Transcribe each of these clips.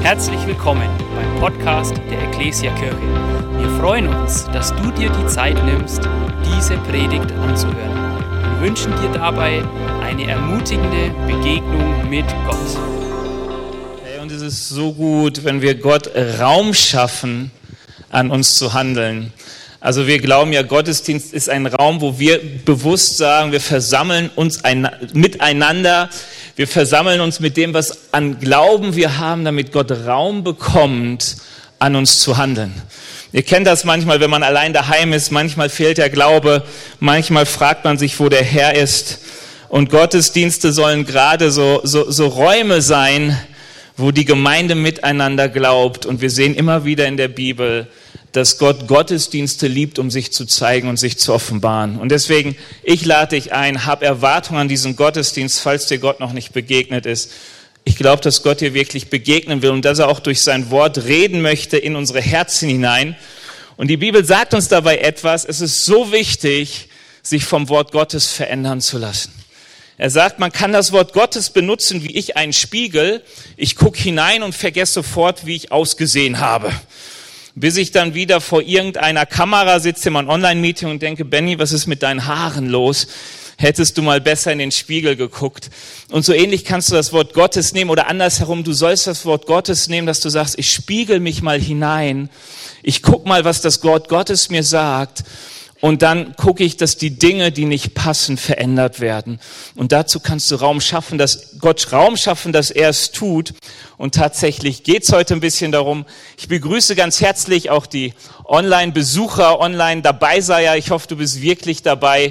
Herzlich willkommen beim Podcast der Ecclesia Kirche. Wir freuen uns, dass du dir die Zeit nimmst, diese Predigt anzuhören. Wir wünschen dir dabei eine ermutigende Begegnung mit Gott. Hey, und es ist so gut, wenn wir Gott Raum schaffen, an uns zu handeln. Also wir glauben ja, Gottesdienst ist ein Raum, wo wir bewusst sagen, wir versammeln uns miteinander, wir versammeln uns mit dem, was an Glauben wir haben, damit Gott Raum bekommt, an uns zu handeln. Ihr kennt das manchmal, wenn man allein daheim ist, manchmal fehlt der Glaube, manchmal fragt man sich, wo der Herr ist. Und Gottesdienste sollen gerade so Räume sein, wo die Gemeinde miteinander glaubt. Und wir sehen immer wieder in der Bibel, dass Gott Gottesdienste liebt, um sich zu zeigen und sich zu offenbaren. Und deswegen, ich lade dich ein, hab Erwartungen an diesen Gottesdienst, falls dir Gott noch nicht begegnet ist. Ich glaube, dass Gott dir wirklich begegnen will und dass er auch durch sein Wort reden möchte in unsere Herzen hinein. Und die Bibel sagt uns dabei etwas, es ist so wichtig, sich vom Wort Gottes verändern zu lassen. Er sagt, man kann das Wort Gottes benutzen wie ich einen Spiegel. Ich gucke hinein und vergesse sofort, wie ich ausgesehen habe. Bis ich dann wieder vor irgendeiner Kamera sitze in meinem Online-Meeting und denke, Benny, was ist mit deinen Haaren los? Hättest du mal besser in den Spiegel geguckt. Und so ähnlich kannst du das Wort Gottes nehmen oder andersherum, du sollst das Wort Gottes nehmen, dass du sagst, ich spiegel mich mal hinein. Ich guck mal, was das Wort Gottes mir sagt. Und dann gucke ich, dass die Dinge, die nicht passen, verändert werden. Und dazu kannst du Raum schaffen, dass Gott Raum schaffen, dass er es tut. Und tatsächlich geht es heute ein bisschen darum. Ich begrüße ganz herzlich auch die Online-Besucher, Online-Dabeiseier. Ich hoffe, du bist wirklich dabei.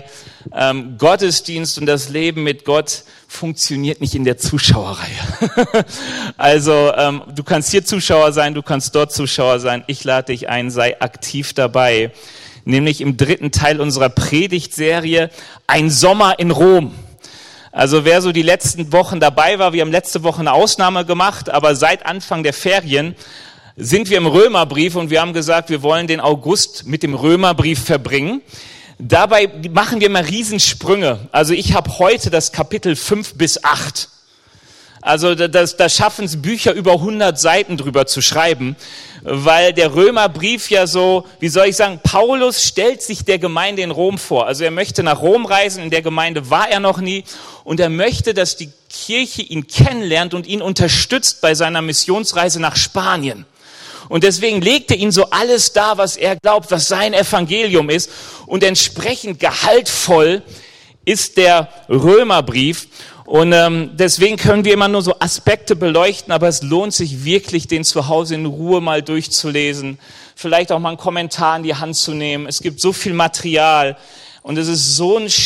Gottesdienst und das Leben mit Gott funktioniert nicht in der Zuschauerreihe. Also du kannst hier Zuschauer sein, du kannst dort Zuschauer sein. Ich lade dich ein, sei aktiv dabei. Nämlich im 3. Teil unserer Predigtserie Ein Sommer in Rom. Also wer so die letzten Wochen dabei war, wir haben letzte Woche eine Ausnahme gemacht, aber seit Anfang der Ferien sind wir im Römerbrief und wir haben gesagt, wir wollen den August mit dem Römerbrief verbringen. Dabei machen wir mal Riesensprünge. Also ich habe heute das Kapitel 5 bis 8. Also da schaffen es Bücher über 100 Seiten drüber zu schreiben, weil der Römerbrief ja so, wie soll ich sagen, Paulus stellt sich der Gemeinde in Rom vor. Also er möchte nach Rom reisen, in der Gemeinde war er noch nie und er möchte, dass die Kirche ihn kennenlernt und ihn unterstützt bei seiner Missionsreise nach Spanien. Und deswegen legt er ihnen so alles dar, was er glaubt, was sein Evangelium ist und entsprechend gehaltvoll ist der Römerbrief. Und deswegen können wir immer nur so Aspekte beleuchten, aber es lohnt sich wirklich, den zu Hause in Ruhe mal durchzulesen, vielleicht auch mal einen Kommentar in die Hand zu nehmen. Es gibt so viel Material und es ist so ein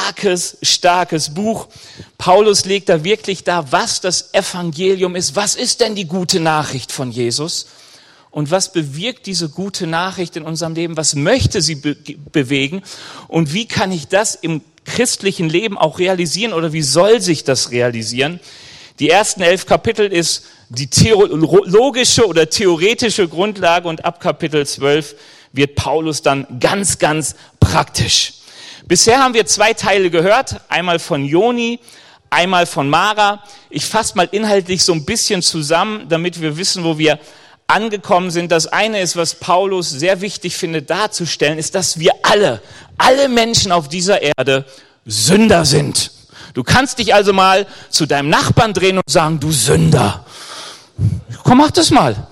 starkes Buch. Paulus legt da wirklich dar, was das Evangelium ist. Was ist denn die gute Nachricht von Jesus? Und was bewirkt diese gute Nachricht in unserem Leben? Was möchte sie bewegen? Und wie kann ich das im christlichen Leben auch realisieren oder wie soll sich das realisieren? Die ersten 11 Kapitel ist die theologische oder theoretische Grundlage und ab Kapitel 12 wird Paulus dann ganz praktisch. Bisher haben wir 2 Teile gehört, einmal von Joni, einmal von Mara. Ich fasse mal inhaltlich so ein bisschen zusammen, damit wir wissen, wo wir angekommen sind. Das eine ist, was Paulus sehr wichtig findet darzustellen, ist, dass wir alle Menschen auf dieser Erde Sünder sind. Du kannst dich also mal zu deinem Nachbarn drehen und sagen, du Sünder. Komm, mach das mal.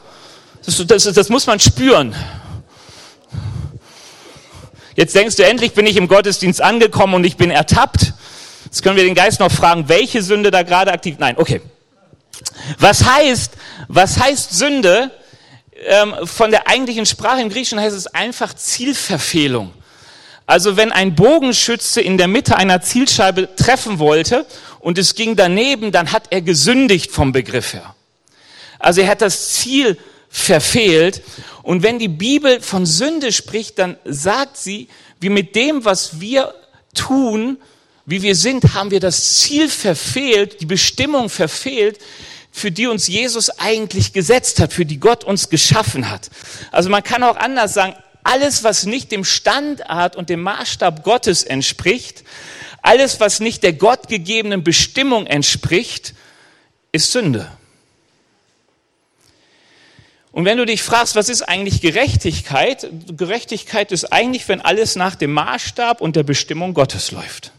Das muss man spüren. Jetzt denkst du, endlich bin ich im Gottesdienst angekommen und ich bin ertappt. Jetzt können wir den Geist noch fragen, welche Sünde da gerade aktiv... Nein, okay. Was heißt Sünde? Von der eigentlichen Sprache im Griechischen heißt es einfach Zielverfehlung. Also wenn ein Bogenschütze in der Mitte einer Zielscheibe treffen wollte und es ging daneben, dann hat er gesündigt vom Begriff her. Also er hat das Ziel verfehlt. Und wenn die Bibel von Sünde spricht, dann sagt sie, wie mit dem, was wir tun, wie wir sind, haben wir das Ziel verfehlt, die Bestimmung verfehlt, für die uns Jesus eigentlich gesetzt hat, für die Gott uns geschaffen hat. Also man kann auch anders sagen, alles, was nicht dem Standard und dem Maßstab Gottes entspricht, alles, was nicht der gottgegebenen Bestimmung entspricht, ist Sünde. Und wenn du dich fragst, was ist eigentlich Gerechtigkeit? Gerechtigkeit ist eigentlich, wenn alles nach dem Maßstab und der Bestimmung Gottes läuft.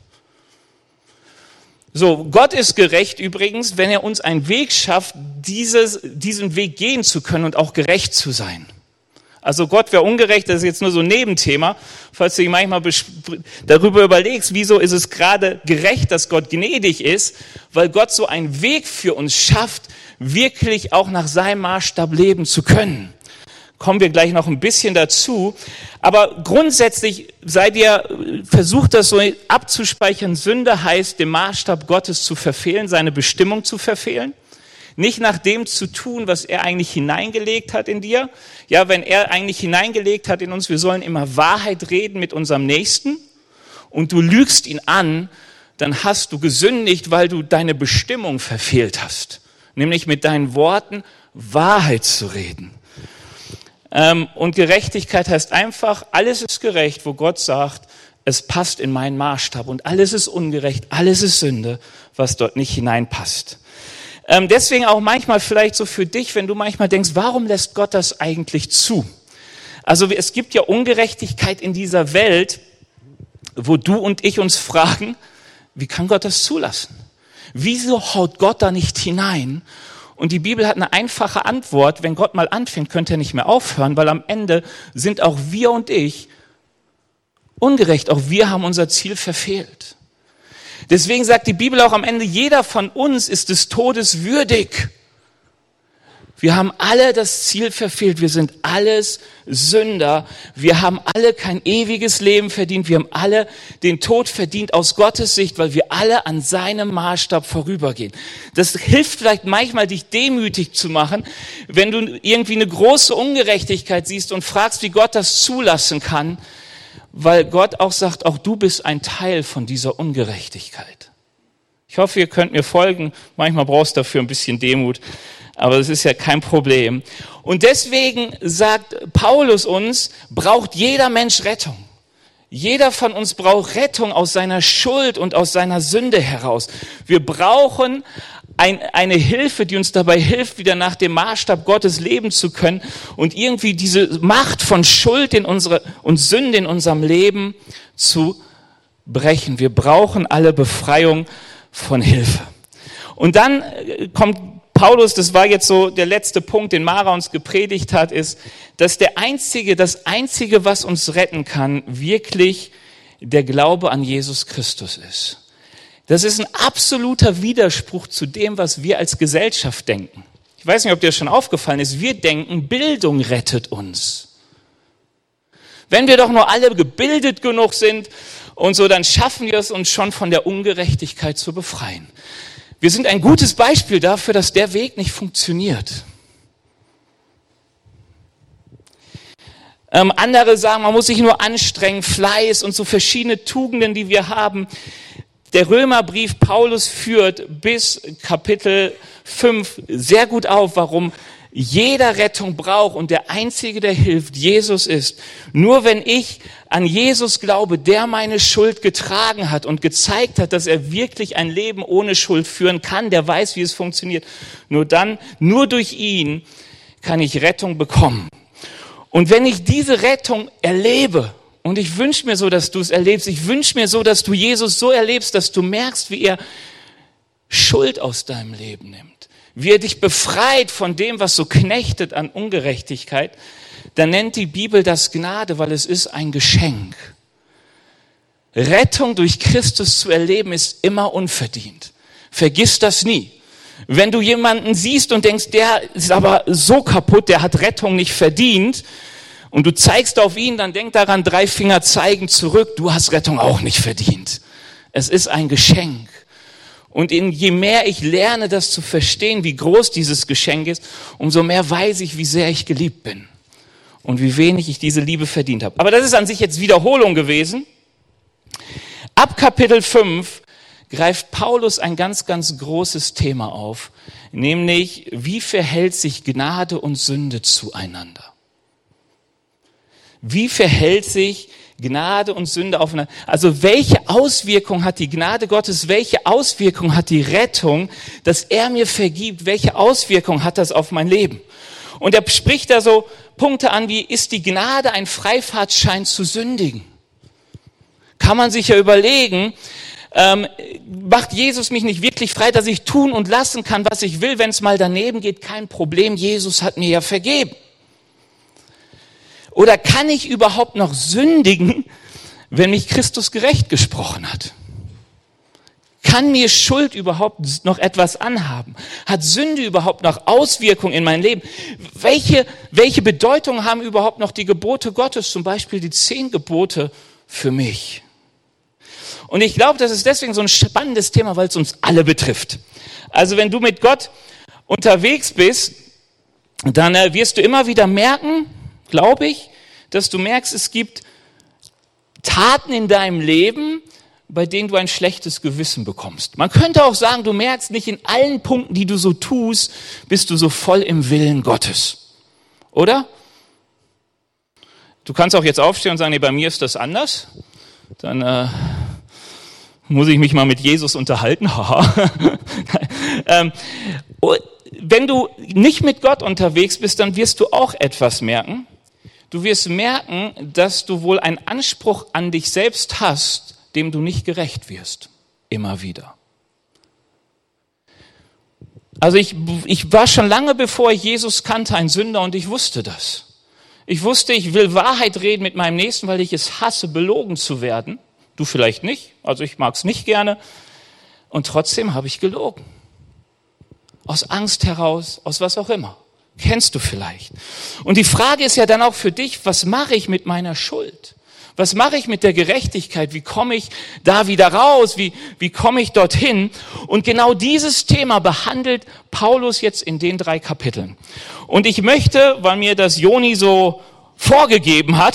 So, Gott ist gerecht übrigens, wenn er uns einen Weg schafft, diesen Weg gehen zu können und auch gerecht zu sein. Also Gott wäre ungerecht, das ist jetzt nur so ein Nebenthema, falls du dich manchmal darüber überlegst, wieso ist es gerade gerecht, dass Gott gnädig ist, weil Gott so einen Weg für uns schafft, wirklich auch nach seinem Maßstab leben zu können. Kommen wir gleich noch ein bisschen dazu. Aber grundsätzlich versucht das so abzuspeichern, Sünde heißt, den Maßstab Gottes zu verfehlen, seine Bestimmung zu verfehlen. Nicht nach dem zu tun, was er eigentlich hineingelegt hat in dir. Ja, wenn er eigentlich hineingelegt hat in uns, wir sollen immer Wahrheit reden mit unserem Nächsten und du lügst ihn an, dann hast du gesündigt, weil du deine Bestimmung verfehlt hast. Nämlich mit deinen Worten Wahrheit zu reden. Und Gerechtigkeit heißt einfach, alles ist gerecht, wo Gott sagt, es passt in meinen Maßstab und alles ist ungerecht, alles ist Sünde, was dort nicht hineinpasst. Deswegen auch manchmal vielleicht so für dich, wenn du manchmal denkst, warum lässt Gott das eigentlich zu? Also es gibt ja Ungerechtigkeit in dieser Welt, wo du und ich uns fragen, wie kann Gott das zulassen? Wieso haut Gott da nicht hinein? Und die Bibel hat eine einfache Antwort, wenn Gott mal anfängt, könnte er nicht mehr aufhören, weil am Ende sind auch wir und ich ungerecht, auch wir haben unser Ziel verfehlt. Deswegen sagt die Bibel auch am Ende, jeder von uns ist des Todes würdig. Wir haben alle das Ziel verfehlt, wir sind alles Sünder, wir haben alle kein ewiges Leben verdient, wir haben alle den Tod verdient aus Gottes Sicht, weil wir alle an seinem Maßstab vorübergehen. Das hilft vielleicht manchmal, dich demütig zu machen, wenn du irgendwie eine große Ungerechtigkeit siehst und fragst, wie Gott das zulassen kann, weil Gott auch sagt, auch du bist ein Teil von dieser Ungerechtigkeit. Ich hoffe, ihr könnt mir folgen, manchmal brauchst du dafür ein bisschen Demut. Aber das ist ja kein Problem. Und deswegen sagt Paulus uns, braucht jeder Mensch Rettung. Jeder von uns braucht Rettung aus seiner Schuld und aus seiner Sünde heraus. Wir brauchen eine Hilfe, die uns dabei hilft, wieder nach dem Maßstab Gottes leben zu können und irgendwie diese Macht von Schuld und Sünde in unserem Leben zu brechen. Wir brauchen alle Befreiung von Hilfe. Und dann kommt Paulus, das war jetzt so der letzte Punkt, den Mara uns gepredigt hat, ist, dass das Einzige, was uns retten kann, wirklich der Glaube an Jesus Christus ist. Das ist ein absoluter Widerspruch zu dem, was wir als Gesellschaft denken. Ich weiß nicht, ob dir das schon aufgefallen ist. Wir denken, Bildung rettet uns. Wenn wir doch nur alle gebildet genug sind und so, dann schaffen wir es uns schon von der Ungerechtigkeit zu befreien. Wir sind ein gutes Beispiel dafür, dass der Weg nicht funktioniert. Andere sagen, man muss sich nur anstrengen, Fleiß und so verschiedene Tugenden, die wir haben. Der Römerbrief Paulus führt bis Kapitel 5 sehr gut auf, warum jeder Rettung braucht und der Einzige, der hilft, Jesus ist. Nur wenn ich an Jesus glaube, der meine Schuld getragen hat und gezeigt hat, dass er wirklich ein Leben ohne Schuld führen kann, der weiß, wie es funktioniert, nur durch ihn kann ich Rettung bekommen. Und wenn ich diese Rettung erlebe, und ich wünsche mir so, dass du es erlebst, ich wünsche mir so, dass du Jesus so erlebst, dass du merkst, wie er Schuld aus deinem Leben nimmt, wie er dich befreit von dem, was so knechtet an Ungerechtigkeit, dann nennt die Bibel das Gnade, weil es ist ein Geschenk. Rettung durch Christus zu erleben, ist immer unverdient. Vergiss das nie. Wenn du jemanden siehst und denkst, der ist aber so kaputt, der hat Rettung nicht verdient, und du zeigst auf ihn, dann denk daran, 3 Finger zeigen zurück, du hast Rettung auch nicht verdient. Es ist ein Geschenk. Und je mehr ich lerne, das zu verstehen, wie groß dieses Geschenk ist, umso mehr weiß ich, wie sehr ich geliebt bin und wie wenig ich diese Liebe verdient habe. Aber das ist an sich jetzt Wiederholung gewesen. Ab Kapitel 5 greift Paulus ein ganz, ganz großes Thema auf, nämlich wie verhält sich Gnade und Sünde zueinander? Wie verhält sich Gnade und Sünde aufeinander? Also welche Auswirkung hat die Gnade Gottes, welche Auswirkung hat die Rettung, dass er mir vergibt, welche Auswirkung hat das auf mein Leben? Und er spricht da so Punkte an, wie ist die Gnade ein Freifahrtschein zu sündigen? Kann man sich ja überlegen, macht Jesus mich nicht wirklich frei, dass ich tun und lassen kann, was ich will, wenn es mal daneben geht? Kein Problem, Jesus hat mir ja vergeben. Oder kann ich überhaupt noch sündigen, wenn mich Christus gerecht gesprochen hat? Kann mir Schuld überhaupt noch etwas anhaben? Hat Sünde überhaupt noch Auswirkungen in mein Leben? Welche Bedeutung haben überhaupt noch die Gebote Gottes, zum Beispiel die 10 Gebote für mich? Und ich glaube, das ist deswegen so ein spannendes Thema, weil es uns alle betrifft. Also wenn du mit Gott unterwegs bist, dann wirst du immer wieder merken, glaube ich, dass du merkst, es gibt Taten in deinem Leben, bei denen du ein schlechtes Gewissen bekommst. Man könnte auch sagen, du merkst nicht in allen Punkten, die du so tust, bist du so voll im Willen Gottes. Oder? Du kannst auch jetzt aufstehen und sagen, nee, bei mir ist das anders. Dann muss ich mich mal mit Jesus unterhalten. Wenn du nicht mit Gott unterwegs bist, dann wirst du auch etwas merken. Du wirst merken, dass du wohl einen Anspruch an dich selbst hast, dem du nicht gerecht wirst. Immer wieder. Also ich war schon lange, bevor ich Jesus kannte, ein Sünder und ich wusste das. Ich wusste, ich will Wahrheit reden mit meinem Nächsten, weil ich es hasse, belogen zu werden. Du vielleicht nicht, also ich mag es nicht gerne. Und trotzdem habe ich gelogen. Aus Angst heraus, aus was auch immer. Kennst du vielleicht. Und die Frage ist ja dann auch für dich, was mache ich mit meiner Schuld? Was mache ich mit der Gerechtigkeit? Wie komme ich da wieder raus? Wie komme ich dorthin? Und genau dieses Thema behandelt Paulus jetzt in den 3 Kapiteln. Und ich möchte, weil mir das Joni so vorgegeben hat,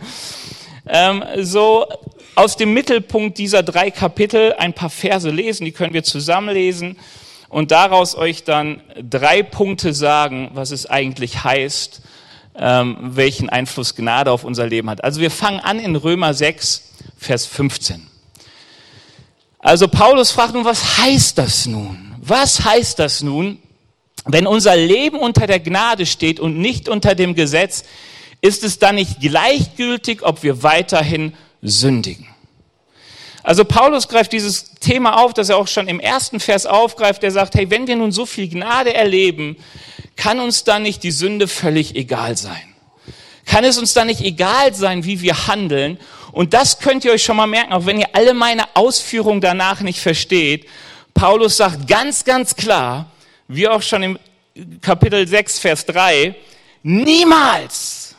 so aus dem Mittelpunkt dieser 3 Kapitel ein paar Verse lesen, die können wir zusammen lesen und daraus euch dann 3 Punkte sagen, was es eigentlich heißt, welchen Einfluss Gnade auf unser Leben hat. Also wir fangen an in Römer 6, Vers 15. Also Paulus fragt nun, was heißt das nun? Was heißt das nun, wenn unser Leben unter der Gnade steht und nicht unter dem Gesetz? Ist es dann nicht gleichgültig, ob wir weiterhin sündigen? Also Paulus greift dieses Thema auf, das er auch schon im 1. Vers aufgreift. Er sagt, hey, wenn wir nun so viel Gnade erleben, kann uns dann nicht die Sünde völlig egal sein? Kann es uns dann nicht egal sein, wie wir handeln? Und das könnt ihr euch schon mal merken, auch wenn ihr alle meine Ausführungen danach nicht versteht. Paulus sagt ganz, ganz klar, wie auch schon im Kapitel 6, Vers 3, niemals,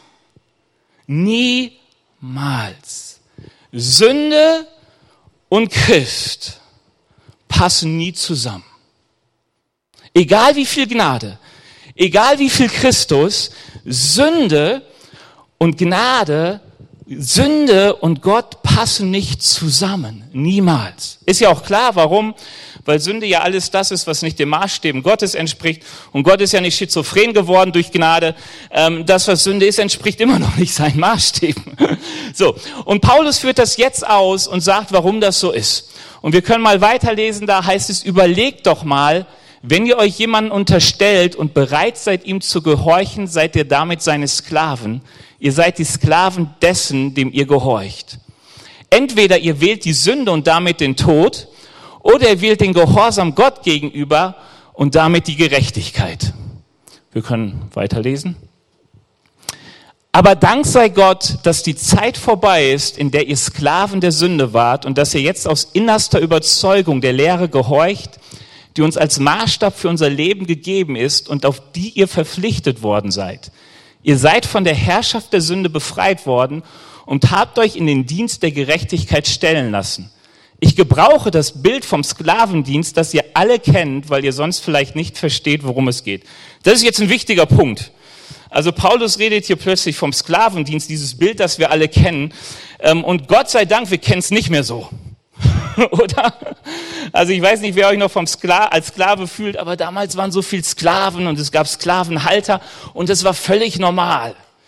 Sünde und Christ passen nie zusammen. Egal wie viel Gnade, egal wie viel Christus, Sünde und Gnade, Sünde und Gott passen nicht zusammen. Niemals. Ist ja auch klar, warum? Weil Sünde ja alles das ist, was nicht den Maßstäben Gottes entspricht. Und Gott ist ja nicht schizophren geworden durch Gnade. Das, was Sünde ist, entspricht immer noch nicht seinen Maßstäben. So. Und Paulus führt das jetzt aus und sagt, warum das so ist. Und wir können mal weiterlesen, da heißt es, überlegt doch mal, wenn ihr euch jemanden unterstellt und bereit seid, ihm zu gehorchen, seid ihr damit seine Sklaven. Ihr seid die Sklaven dessen, dem ihr gehorcht. Entweder ihr wählt die Sünde und damit den Tod, oder ihr wählt den Gehorsam Gott gegenüber und damit die Gerechtigkeit. Wir können weiterlesen. Aber Dank sei Gott, dass die Zeit vorbei ist, in der ihr Sklaven der Sünde wart und dass ihr jetzt aus innerster Überzeugung der Lehre gehorcht, die uns als Maßstab für unser Leben gegeben ist und auf die ihr verpflichtet worden seid. Ihr seid von der Herrschaft der Sünde befreit worden und habt euch in den Dienst der Gerechtigkeit stellen lassen. Ich gebrauche das Bild vom Sklavendienst, das ihr alle kennt, weil ihr sonst vielleicht nicht versteht, worum es geht. Das ist jetzt ein wichtiger Punkt. Also Paulus redet hier plötzlich vom Sklavendienst, dieses Bild, das wir alle kennen. Und Gott sei Dank, wir kennen es nicht mehr so. Oder? Also ich weiß nicht, wer euch noch als Sklave fühlt, aber damals waren so viele Sklaven und es gab Sklavenhalter und es war völlig normal.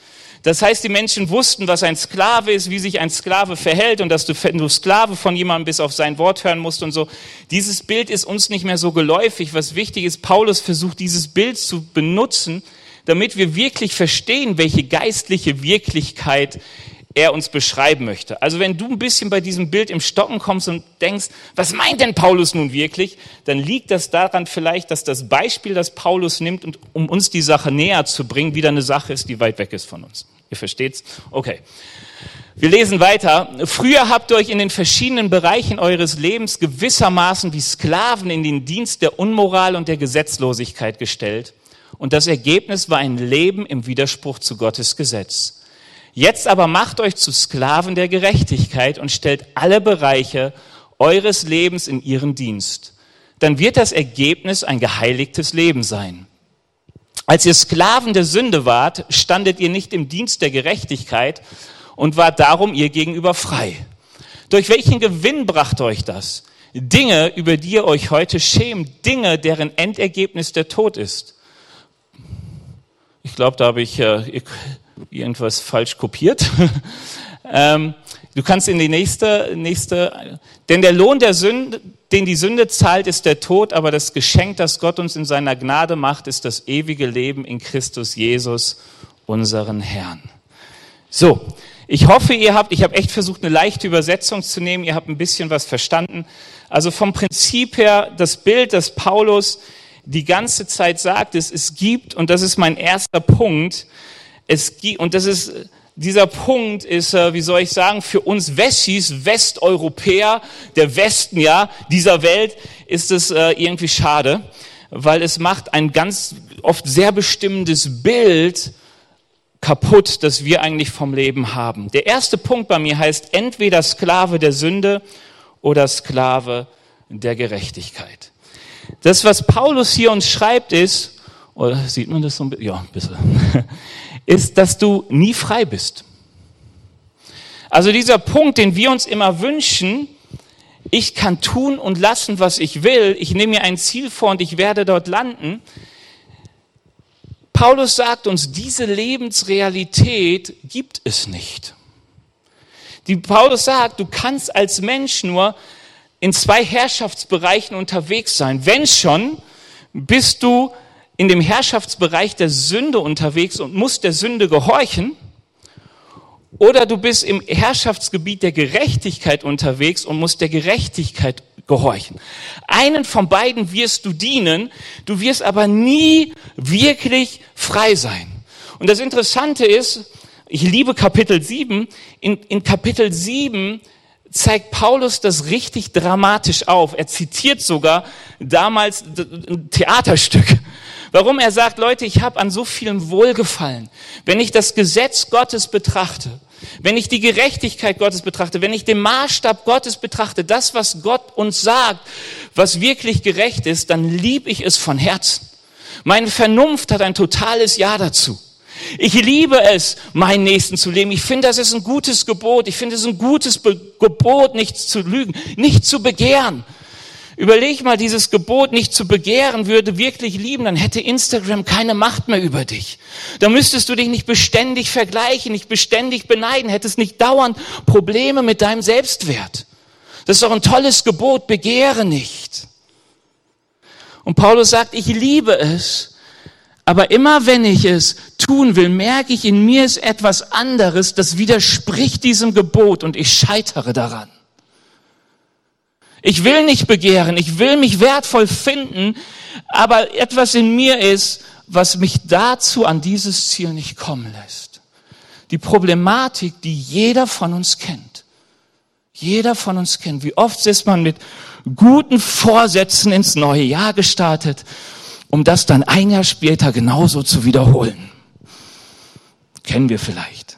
Das heißt, die Menschen wussten, was ein Sklave ist, wie sich ein Sklave verhält und dass du, wenn du Sklave von jemandem bist, auf sein Wort hören musst und so. Dieses Bild ist uns nicht mehr so geläufig. Was wichtig ist, Paulus versucht, dieses Bild zu benutzen, damit wir wirklich verstehen, welche geistliche Wirklichkeit er uns beschreiben möchte. Also wenn du ein bisschen bei diesem Bild im Stocken kommst und denkst, was meint denn Paulus nun wirklich, dann liegt das daran vielleicht, dass das Beispiel, das Paulus nimmt, und um uns die Sache näher zu bringen, wieder eine Sache ist, die weit weg ist von uns. Ihr versteht's? Okay. Wir lesen weiter. Früher habt ihr euch in den verschiedenen Bereichen eures Lebens gewissermaßen wie Sklaven in den Dienst der Unmoral und der Gesetzlosigkeit gestellt. Und das Ergebnis war ein Leben im Widerspruch zu Gottes Gesetz. Jetzt aber macht euch zu Sklaven der Gerechtigkeit und stellt alle Bereiche eures Lebens in ihren Dienst. Dann wird das Ergebnis ein geheiligtes Leben sein. Als ihr Sklaven der Sünde wart, standet ihr nicht im Dienst der Gerechtigkeit und wart darum ihr gegenüber frei. Durch welchen Gewinn brachte euch das? Dinge, über die ihr euch heute schämt, Dinge, deren Endergebnis der Tod ist. Ich glaube, da habe ich irgendwas falsch kopiert. Du kannst in die nächste, denn der Lohn der Sünde, den die Sünde zahlt, ist der Tod, aber das Geschenk, das Gott uns in seiner Gnade macht, ist das ewige Leben in Christus Jesus, unseren Herrn. So, ich hoffe, ich habe echt versucht, eine leichte Übersetzung zu nehmen, ihr habt ein bisschen was verstanden. Also vom Prinzip her, das Bild, das Paulus die ganze Zeit sagt, es gibt, und das ist mein erster Punkt, es gibt, und dieser Punkt ist, wie soll ich sagen, für uns Wessis, Westeuropäer, der Westen ja, dieser Welt, ist es irgendwie schade, weil es macht ein ganz oft sehr bestimmendes Bild kaputt, das wir eigentlich vom Leben haben. Der erste Punkt bei mir heißt, entweder Sklave der Sünde oder Sklave der Gerechtigkeit. Das, was Paulus hier uns schreibt, ist, oder sieht man das so ein bisschen? Ja, ein bisschen. Ist, dass du nie frei bist. Also dieser Punkt, den wir uns immer wünschen, ich kann tun und lassen, was ich will, ich nehme mir ein Ziel vor und ich werde dort landen. Paulus sagt uns, diese Lebensrealität gibt es nicht. Paulus sagt, du kannst als Mensch nur in zwei Herrschaftsbereichen unterwegs sein. Wenn schon, bist du in dem Herrschaftsbereich der Sünde unterwegs und musst der Sünde gehorchen, oder du bist im Herrschaftsgebiet der Gerechtigkeit unterwegs und musst der Gerechtigkeit gehorchen. Einen von beiden wirst du dienen, du wirst aber nie wirklich frei sein. Und das Interessante ist, ich liebe Kapitel 7, in Kapitel 7 zeigt Paulus das richtig dramatisch auf. Er zitiert sogar damals ein Theaterstück. Warum? Er sagt, Leute, ich habe an so vielem Wohlgefallen. Wenn ich das Gesetz Gottes betrachte, wenn ich die Gerechtigkeit Gottes betrachte, wenn ich den Maßstab Gottes betrachte, das, was Gott uns sagt, was wirklich gerecht ist, dann liebe ich es von Herzen. Meine Vernunft hat ein totales Ja dazu. Ich liebe es, meinen Nächsten zu leben. Ich finde, das ist ein gutes Gebot. Ich finde es ein gutes Gebot, nicht zu lügen, nicht zu begehren. Überleg mal, dieses Gebot, nicht zu begehren, würde wirklich lieben, dann hätte Instagram keine Macht mehr über dich. Da müsstest du dich nicht beständig vergleichen, nicht beständig beneiden, hättest nicht dauernd Probleme mit deinem Selbstwert. Das ist doch ein tolles Gebot, begehre nicht. Und Paulus sagt, ich liebe es, aber immer wenn ich es tun will, merke ich, in mir ist etwas anderes, das widerspricht diesem Gebot und ich scheitere daran. Ich will nicht begehren, ich will mich wertvoll finden, aber etwas in mir ist, was mich dazu an dieses Ziel nicht kommen lässt. Die Problematik, die jeder von uns kennt. Jeder von uns kennt. Wie oft ist man mit guten Vorsätzen ins neue Jahr gestartet, um das dann ein Jahr später genauso zu wiederholen. Kennen wir vielleicht.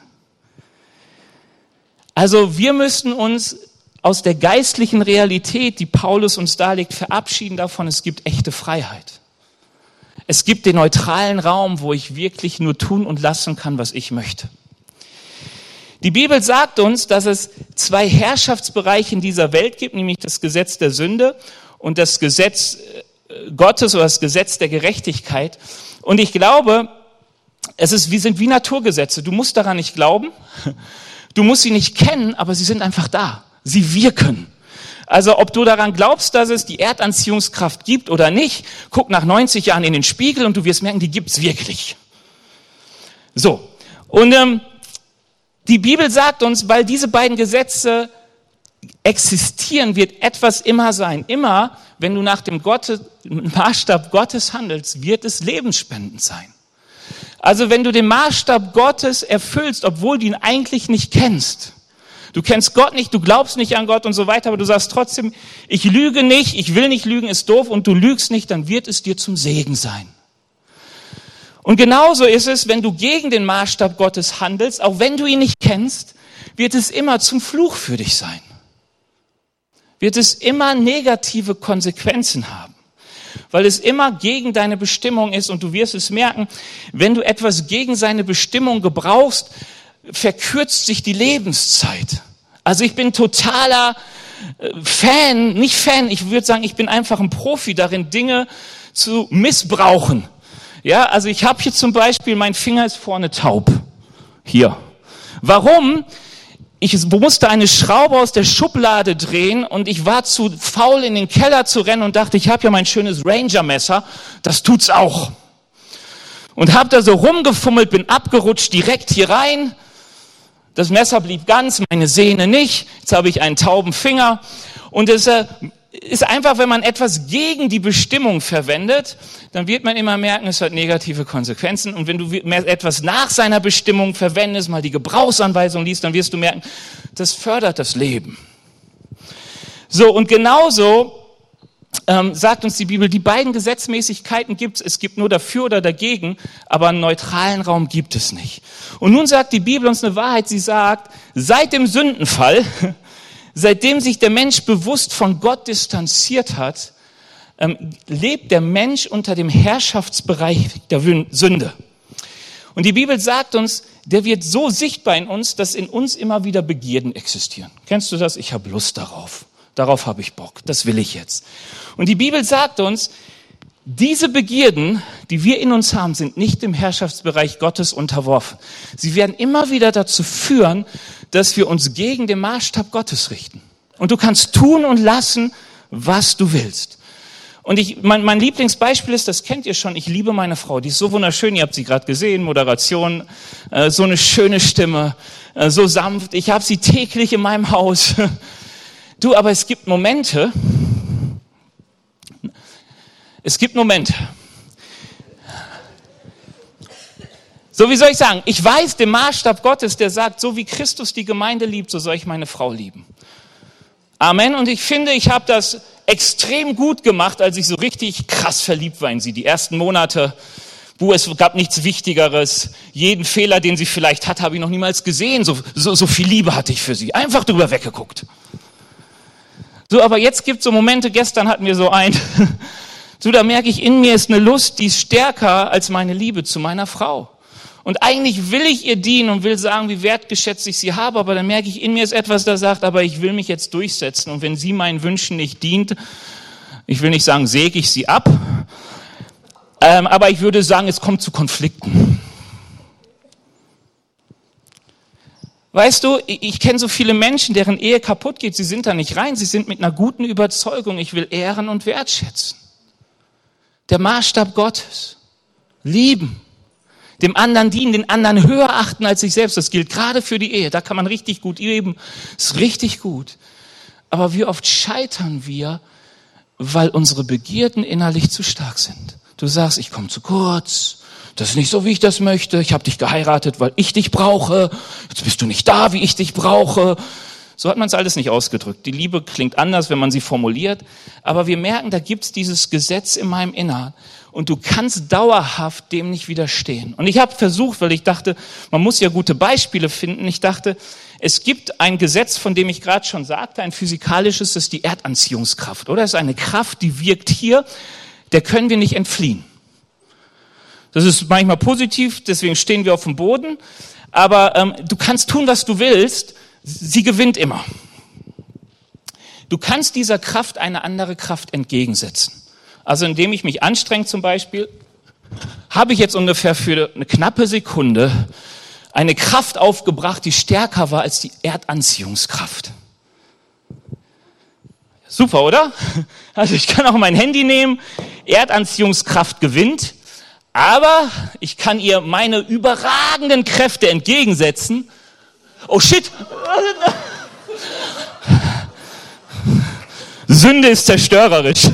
Also wir müssen uns aus der geistlichen Realität, die Paulus uns darlegt, verabschieden davon, es gibt echte Freiheit. Es gibt den neutralen Raum, wo ich wirklich nur tun und lassen kann, was ich möchte. Die Bibel sagt uns, dass es zwei Herrschaftsbereiche in dieser Welt gibt, nämlich das Gesetz der Sünde und das Gesetz Gottes oder das Gesetz der Gerechtigkeit. Und ich glaube, Wir sind wie Naturgesetze. Du musst daran nicht glauben, du musst sie nicht kennen, aber sie sind einfach da. Sie wirken. Also ob du daran glaubst, dass es die Erdanziehungskraft gibt oder nicht, guck nach 90 Jahren in den Spiegel und du wirst merken, die gibt's wirklich. So, und die Bibel sagt uns, weil diese beiden Gesetze existieren, wird etwas immer sein. Immer, wenn du nach dem Maßstab Gottes handelst, wird es lebensspendend sein. Also wenn du den Maßstab Gottes erfüllst, obwohl du ihn eigentlich nicht kennst. Du kennst Gott nicht, du glaubst nicht an Gott und so weiter, aber du sagst trotzdem, ich lüge nicht, ich will nicht lügen, ist doof und du lügst nicht, dann wird es dir zum Segen sein. Und genauso ist es, wenn du gegen den Maßstab Gottes handelst, auch wenn du ihn nicht kennst, wird es immer zum Fluch für dich sein. Wird es immer negative Konsequenzen haben. Weil es immer gegen deine Bestimmung ist und du wirst es merken, wenn du etwas gegen seine Bestimmung gebrauchst, verkürzt sich die Lebenszeit. Also ich bin totaler ich würde sagen, ich bin einfach ein Profi darin, Dinge zu missbrauchen. Ja, also ich habe hier zum Beispiel, mein Finger ist vorne taub. Hier. Warum? Ich musste eine Schraube aus der Schublade drehen und ich war zu faul, in den Keller zu rennen und dachte, ich habe ja mein schönes Ranger-Messer, das tut's auch. Und habe da so rumgefummelt, bin abgerutscht, direkt hier rein. Das Messer blieb ganz, meine Sehne nicht. Jetzt habe ich einen tauben Finger. Und es ist einfach, wenn man etwas gegen die Bestimmung verwendet, dann wird man immer merken, es hat negative Konsequenzen. Und wenn du etwas nach seiner Bestimmung verwendest, mal die Gebrauchsanweisung liest, dann wirst du merken, das fördert das Leben. So, und genauso sagt uns die Bibel, die beiden Gesetzmäßigkeiten gibt's. Es gibt nur dafür oder dagegen, aber einen neutralen Raum gibt es nicht. Und nun sagt die Bibel uns eine Wahrheit. Sie sagt, seit dem Sündenfall, seitdem sich der Mensch bewusst von Gott distanziert hat, lebt der Mensch unter dem Herrschaftsbereich der Sünde. Und die Bibel sagt uns, der wird so sichtbar in uns, dass in uns immer wieder Begierden existieren. Kennst du das? Ich habe Lust darauf. Darauf habe ich Bock. Das will ich jetzt. Und die Bibel sagt uns, diese Begierden, die wir in uns haben, sind nicht dem Herrschaftsbereich Gottes unterworfen. Sie werden immer wieder dazu führen, dass wir uns gegen den Maßstab Gottes richten. Und du kannst tun und lassen, was du willst. Und mein Lieblingsbeispiel ist, das kennt ihr schon, ich liebe meine Frau, die ist so wunderschön, ihr habt sie gerade gesehen, Moderation, so eine schöne Stimme, so sanft, ich habe sie täglich in meinem Haus. Du, aber es gibt Momente, so wie soll ich sagen, ich weiß den Maßstab Gottes, der sagt, so wie Christus die Gemeinde liebt, so soll ich meine Frau lieben. Amen. Und ich finde, ich habe das extrem gut gemacht, als ich so richtig krass verliebt war in sie. Die ersten Monate, es gab nichts Wichtigeres. Jeden Fehler, den sie vielleicht hat, habe ich noch niemals gesehen. So viel Liebe hatte ich für sie. Einfach drüber weggeguckt. So, aber jetzt gibt es so Momente, gestern hatten wir so einen, so da merke ich, in mir ist eine Lust, die ist stärker als meine Liebe zu meiner Frau. Und eigentlich will ich ihr dienen und will sagen, wie wertgeschätzt ich sie habe, aber dann merke ich, in mir ist etwas, das sagt, aber ich will mich jetzt durchsetzen. Und wenn sie meinen Wünschen nicht dient, ich will nicht sagen, säge ich sie ab, aber ich würde sagen, es kommt zu Konflikten. Weißt du, ich kenne so viele Menschen, deren Ehe kaputt geht, sie sind da nicht rein, sie sind mit einer guten Überzeugung, ich will ehren und wertschätzen. Der Maßstab Gottes, lieben, dem anderen dienen, den anderen höher achten als sich selbst, das gilt gerade für die Ehe, da kann man richtig gut leben, ist richtig gut. Aber wie oft scheitern wir, weil unsere Begierden innerlich zu stark sind. Du sagst, ich komme zu kurz, das ist nicht so, wie ich das möchte. Ich habe dich geheiratet, weil ich dich brauche. Jetzt bist du nicht da, wie ich dich brauche. So hat man es alles nicht ausgedrückt. Die Liebe klingt anders, wenn man sie formuliert. Aber wir merken, da gibt es dieses Gesetz in meinem Innern. Und du kannst dauerhaft dem nicht widerstehen. Und ich habe versucht, weil ich dachte, man muss ja gute Beispiele finden. Ich dachte, es gibt ein Gesetz, von dem ich gerade schon sagte, ein physikalisches, das ist die Erdanziehungskraft. Oder es ist eine Kraft, die wirkt hier, der können wir nicht entfliehen. Das ist manchmal positiv, deswegen stehen wir auf dem Boden. Aber du kannst tun, was du willst. Sie gewinnt immer. Du kannst dieser Kraft eine andere Kraft entgegensetzen. Also indem ich mich anstrenge zum Beispiel, habe ich jetzt ungefähr für eine knappe Sekunde eine Kraft aufgebracht, die stärker war als die Erdanziehungskraft. Super, oder? Also ich kann auch mein Handy nehmen, Erdanziehungskraft gewinnt, aber ich kann ihr meine überragenden Kräfte entgegensetzen. Oh shit! Sünde ist zerstörerisch.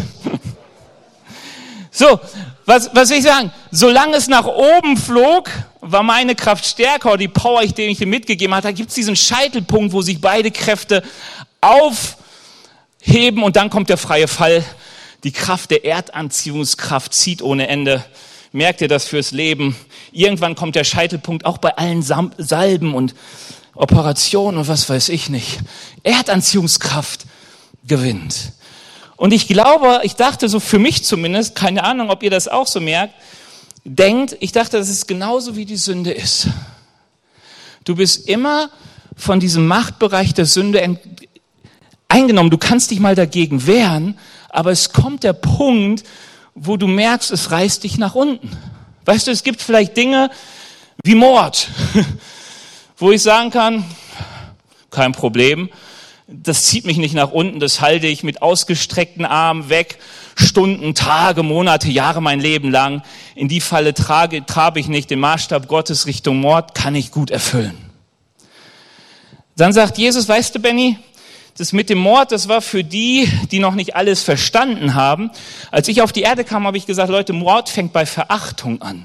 So, was will ich sagen? Solange es nach oben flog, war meine Kraft stärker, oder die Power, die ich dir mitgegeben habe. Da gibt es diesen Scheitelpunkt, wo sich beide Kräfte aufheben und dann kommt der freie Fall. Die Kraft der Erdanziehungskraft zieht ohne Ende. Merkt ihr das fürs Leben? Irgendwann kommt der Scheitelpunkt auch bei allen Salben und Operationen und was weiß ich nicht. Erdanziehungskraft gewinnt. Und ich dachte so für mich zumindest, keine Ahnung, ob ihr das auch so merkt, ich dachte, das ist genauso wie die Sünde ist. Du bist immer von diesem Machtbereich der Sünde eingenommen. Du kannst dich mal dagegen wehren, aber es kommt der Punkt, wo du merkst, es reißt dich nach unten. Weißt du, es gibt vielleicht Dinge wie Mord, wo ich sagen kann, kein Problem, das zieht mich nicht nach unten, das halte ich mit ausgestreckten Armen weg, Stunden, Tage, Monate, Jahre mein Leben lang. In die Falle trabe ich nicht, den Maßstab Gottes Richtung Mord kann ich gut erfüllen. Dann sagt Jesus, weißt du, Benny, das mit dem Mord, das war für die, die noch nicht alles verstanden haben. Als ich auf die Erde kam, habe ich gesagt, Leute, Mord fängt bei Verachtung an.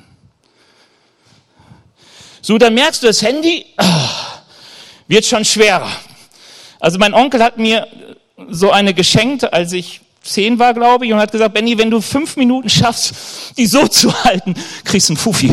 So, dann merkst du, das Handy wird schon schwerer. Also mein Onkel hat mir so eine geschenkt, als ich 10 war, glaube ich, und hat gesagt, Benni, wenn du 5 Minuten schaffst, die so zu halten, kriegst du einen Fuffi.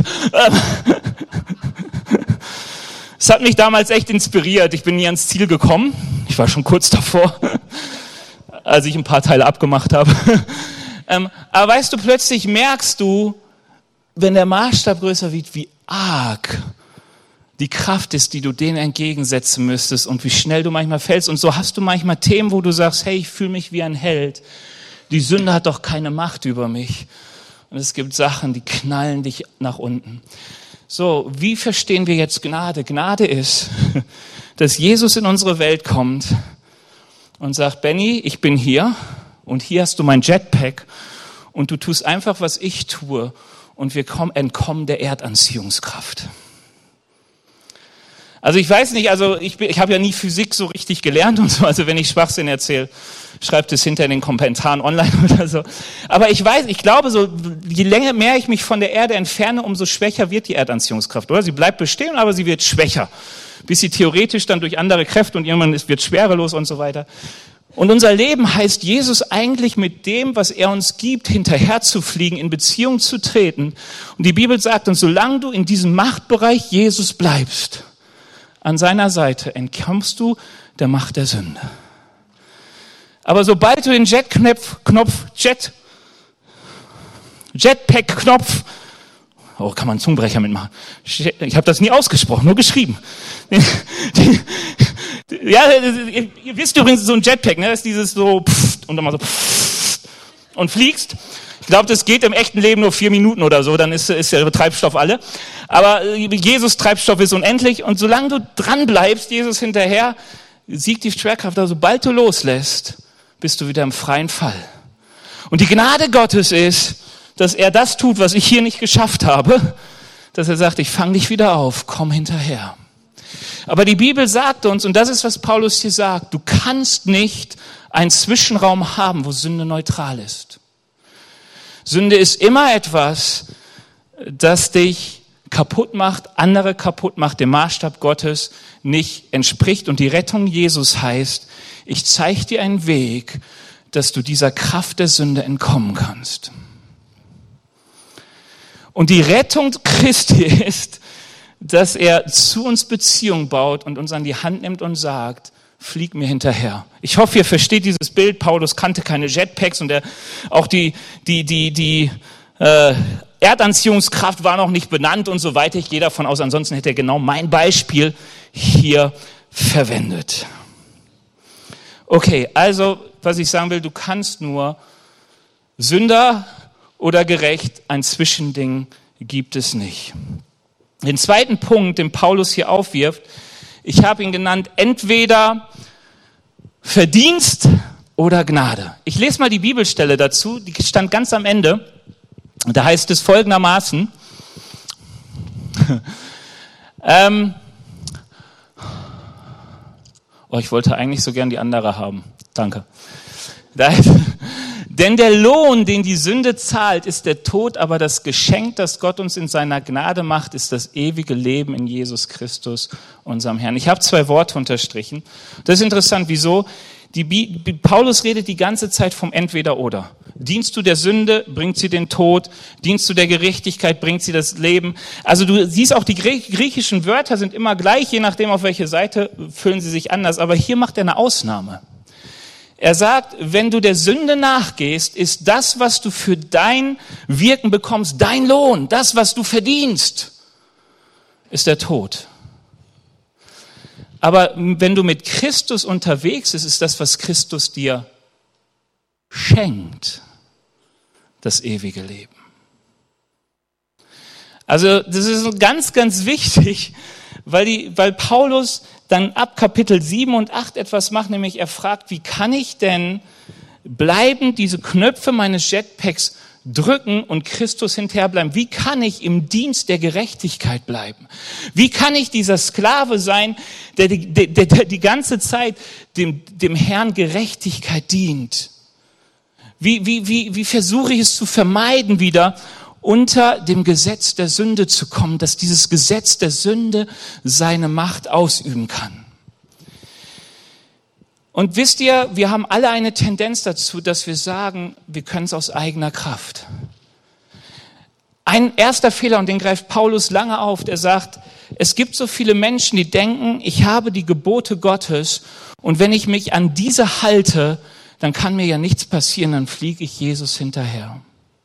Es hat mich damals echt inspiriert. Ich bin nie ans Ziel gekommen. Ich war schon kurz davor, als ich ein paar Teile abgemacht habe. Aber weißt du, plötzlich merkst du, wenn der Maßstab größer wird, wie arg die Kraft ist, die du denen entgegensetzen müsstest und wie schnell du manchmal fällst. Und so hast du manchmal Themen, wo du sagst, hey, ich fühle mich wie ein Held. Die Sünde hat doch keine Macht über mich. Und es gibt Sachen, die knallen dich nach unten. So, wie verstehen wir jetzt Gnade? Gnade ist, dass Jesus in unsere Welt kommt und sagt, Benni, ich bin hier und hier hast du mein Jetpack und du tust einfach, was ich tue und wir entkommen der Erdanziehungskraft. Also ich weiß nicht, ich habe ja nie Physik so richtig gelernt und so, also wenn ich Schwachsinn erzähle, schreibt es hinter in den Kommentaren online oder so. Aber ich glaube so, je mehr ich mich von der Erde entferne, umso schwächer wird die Erdanziehungskraft, oder? Sie bleibt bestehen, aber sie wird schwächer, bis sie theoretisch dann durch andere Kräfte und irgendwann wird schwerelos und so weiter. Und unser Leben heißt, Jesus eigentlich mit dem, was er uns gibt, hinterher zu fliegen, in Beziehung zu treten. Und die Bibel sagt uns, solange du in diesem Machtbereich Jesus bleibst, an seiner Seite entkommst du der Macht der Sünde. Aber sobald du den Jetpack-Knopf, oh, kann man einen Zungenbrecher mitmachen. Ich habe das nie ausgesprochen, nur geschrieben. Ja, ihr wisst übrigens, so ein Jetpack, ne, das ist dieses so und dann mal so und fliegst. Ich glaube, das geht im echten Leben nur 4 Minuten oder so, dann ist der Treibstoff alle. Aber Jesus Treibstoff ist unendlich und solange du dran bleibst, Jesus hinterher, siegt die Schwerkraft. Aber sobald du loslässt, bist du wieder im freien Fall. Und die Gnade Gottes ist, dass er das tut, was ich hier nicht geschafft habe, dass er sagt, ich fange dich wieder auf, komm hinterher. Aber die Bibel sagt uns, und das ist, was Paulus hier sagt, du kannst nicht einen Zwischenraum haben, wo Sünde neutral ist. Sünde ist immer etwas, das dich kaputt macht, andere kaputt macht, dem Maßstab Gottes nicht entspricht. Und die Rettung Jesus heißt, ich zeige dir einen Weg, dass du dieser Kraft der Sünde entkommen kannst. Und die Rettung Christi ist, dass er zu uns Beziehung baut und uns an die Hand nimmt und sagt, flieg mir hinterher. Ich hoffe, ihr versteht dieses Bild. Paulus kannte keine Jetpacks und auch die Erdanziehungskraft war noch nicht benannt und so weiter. Ich gehe davon aus, ansonsten hätte er genau mein Beispiel hier verwendet. Okay, also was ich sagen will, du kannst nur Sünder oder gerecht, ein Zwischending gibt es nicht. Den zweiten Punkt, den Paulus hier aufwirft, ich habe ihn genannt, entweder Verdienst oder Gnade. Ich lese mal die Bibelstelle dazu, die stand ganz am Ende. Da heißt es folgendermaßen, ich wollte eigentlich so gern die andere haben. Danke. Denn der Lohn, den die Sünde zahlt, ist der Tod, aber das Geschenk, das Gott uns in seiner Gnade macht, ist das ewige Leben in Jesus Christus, unserem Herrn. Ich habe 2 Worte unterstrichen. Das ist interessant, wieso? Paulus redet die ganze Zeit vom Entweder-Oder. Dienst du der Sünde, bringt sie den Tod. Dienst du der Gerechtigkeit, bringt sie das Leben. Also du siehst auch, die griechischen Wörter sind immer gleich, je nachdem auf welche Seite füllen sie sich anders. Aber hier macht er eine Ausnahme. Er sagt, wenn du der Sünde nachgehst, ist das, was du für dein Wirken bekommst, dein Lohn. Das, was du verdienst, ist der Tod. Aber wenn du mit Christus unterwegs bist, ist das, was Christus dir schenkt, das ewige Leben. Also das ist ganz, ganz wichtig, weil Paulus dann ab Kapitel 7 und 8 etwas macht, nämlich er fragt, wie kann ich denn bleibend diese Knöpfe meines Jetpacks drücken und Christus hinterherbleiben? Wie kann ich im Dienst der Gerechtigkeit bleiben? Wie kann ich dieser Sklave sein, der die ganze Zeit dem Herrn Gerechtigkeit dient? Wie versuche ich es zu vermeiden, wieder unter dem Gesetz der Sünde zu kommen, dass dieses Gesetz der Sünde seine Macht ausüben kann? Und wisst ihr, wir haben alle eine Tendenz dazu, dass wir sagen, wir können es aus eigener Kraft. Ein erster Fehler, und den greift Paulus lange auf, der sagt, es gibt so viele Menschen, die denken, ich habe die Gebote Gottes und wenn ich mich an diese halte, dann kann mir ja nichts passieren, dann fliege ich Jesus hinterher.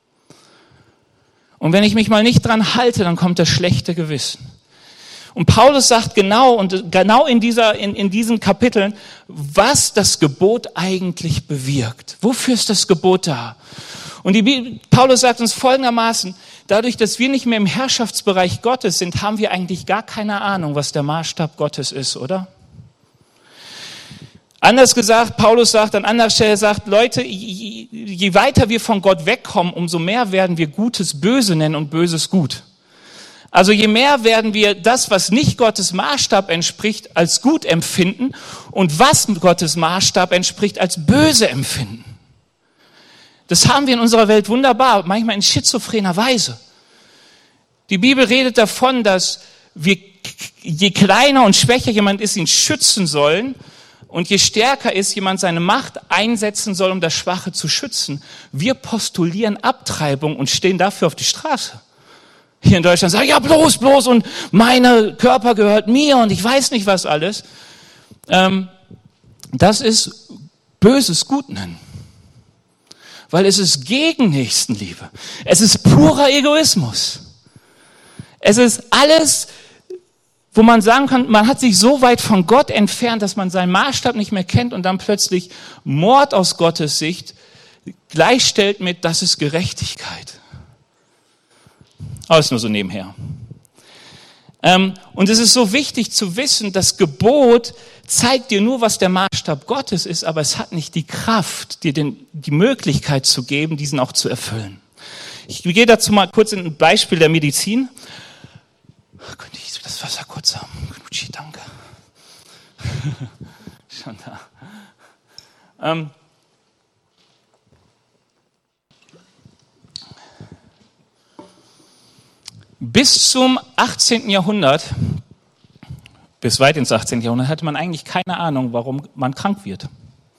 Und wenn ich mich mal nicht dran halte, dann kommt das schlechte Gewissen. Und Paulus sagt genau in diesen Kapiteln, was das Gebot eigentlich bewirkt. Wofür ist das Gebot da? Und Paulus sagt uns folgendermaßen, dadurch, dass wir nicht mehr im Herrschaftsbereich Gottes sind, haben wir eigentlich gar keine Ahnung, was der Maßstab Gottes ist, oder? Anders gesagt, Paulus sagt an anderer Stelle, Leute, je weiter wir von Gott wegkommen, umso mehr werden wir Gutes böse nennen und Böses gut. Also je mehr werden wir das, was nicht Gottes Maßstab entspricht, als gut empfinden und was Gottes Maßstab entspricht, als böse empfinden. Das haben wir in unserer Welt wunderbar, manchmal in schizophrener Weise. Die Bibel redet davon, dass wir, je kleiner und schwächer jemand ist, ihn schützen sollen. Und je stärker ist, jemand seine Macht einsetzen soll, um das Schwache zu schützen. Wir postulieren Abtreibung und stehen dafür auf die Straße. Hier in Deutschland sagen, ja bloß und meine Körper gehört mir und ich weiß nicht was alles. Das ist böses Gut nennen. Weil es ist gegen Nächstenliebe. Es ist purer Egoismus. Es ist alles, wo man sagen kann, man hat sich so weit von Gott entfernt, dass man seinen Maßstab nicht mehr kennt und dann plötzlich Mord aus Gottes Sicht gleichstellt mit, das ist Gerechtigkeit. Aber ist nur so nebenher. Und es ist so wichtig zu wissen, das Gebot zeigt dir nur, was der Maßstab Gottes ist, aber es hat nicht die Kraft, dir die Möglichkeit zu geben, diesen auch zu erfüllen. Ich gehe dazu mal kurz in ein Beispiel der Medizin. Könnte ich das Wasser kurz haben? Knutschi, danke. Schon da. Bis zum 18. Jahrhundert, bis weit ins 18. Jahrhundert, hatte man eigentlich keine Ahnung, warum man krank wird.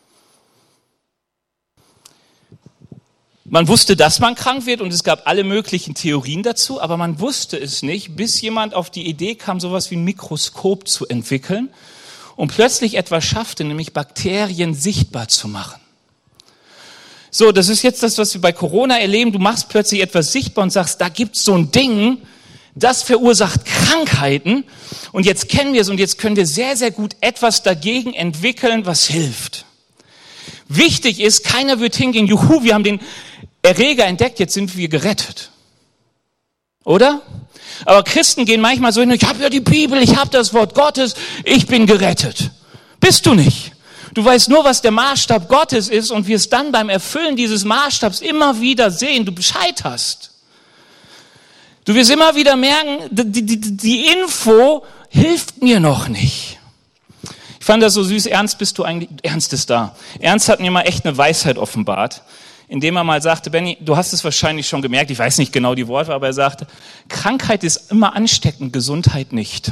Man wusste, dass man krank wird und es gab alle möglichen Theorien dazu, aber man wusste es nicht, bis jemand auf die Idee kam, sowas wie ein Mikroskop zu entwickeln und plötzlich etwas schaffte, nämlich Bakterien sichtbar zu machen. So, das ist jetzt das, was wir bei Corona erleben. Du machst plötzlich etwas sichtbar und sagst, da gibt's so ein Ding, das verursacht Krankheiten und jetzt kennen wir es und jetzt können wir sehr, sehr gut etwas dagegen entwickeln, was hilft. Wichtig ist, keiner wird hingehen, juhu, wir haben den Erreger entdeckt, jetzt sind wir gerettet. Oder? Aber Christen gehen manchmal so hin, ich habe ja die Bibel, ich habe das Wort Gottes, ich bin gerettet. Bist du nicht. Du weißt nur, was der Maßstab Gottes ist und wirst dann beim Erfüllen dieses Maßstabs immer wieder sehen, du scheiterst. Du wirst immer wieder merken, die Info hilft mir noch nicht. Ich fand das so süß, Ernst ist da. Ernst hat mir mal echt eine Weisheit offenbart, indem er mal sagte, Benny, du hast es wahrscheinlich schon gemerkt, ich weiß nicht genau die Worte, aber er sagte, Krankheit ist immer ansteckend, Gesundheit nicht.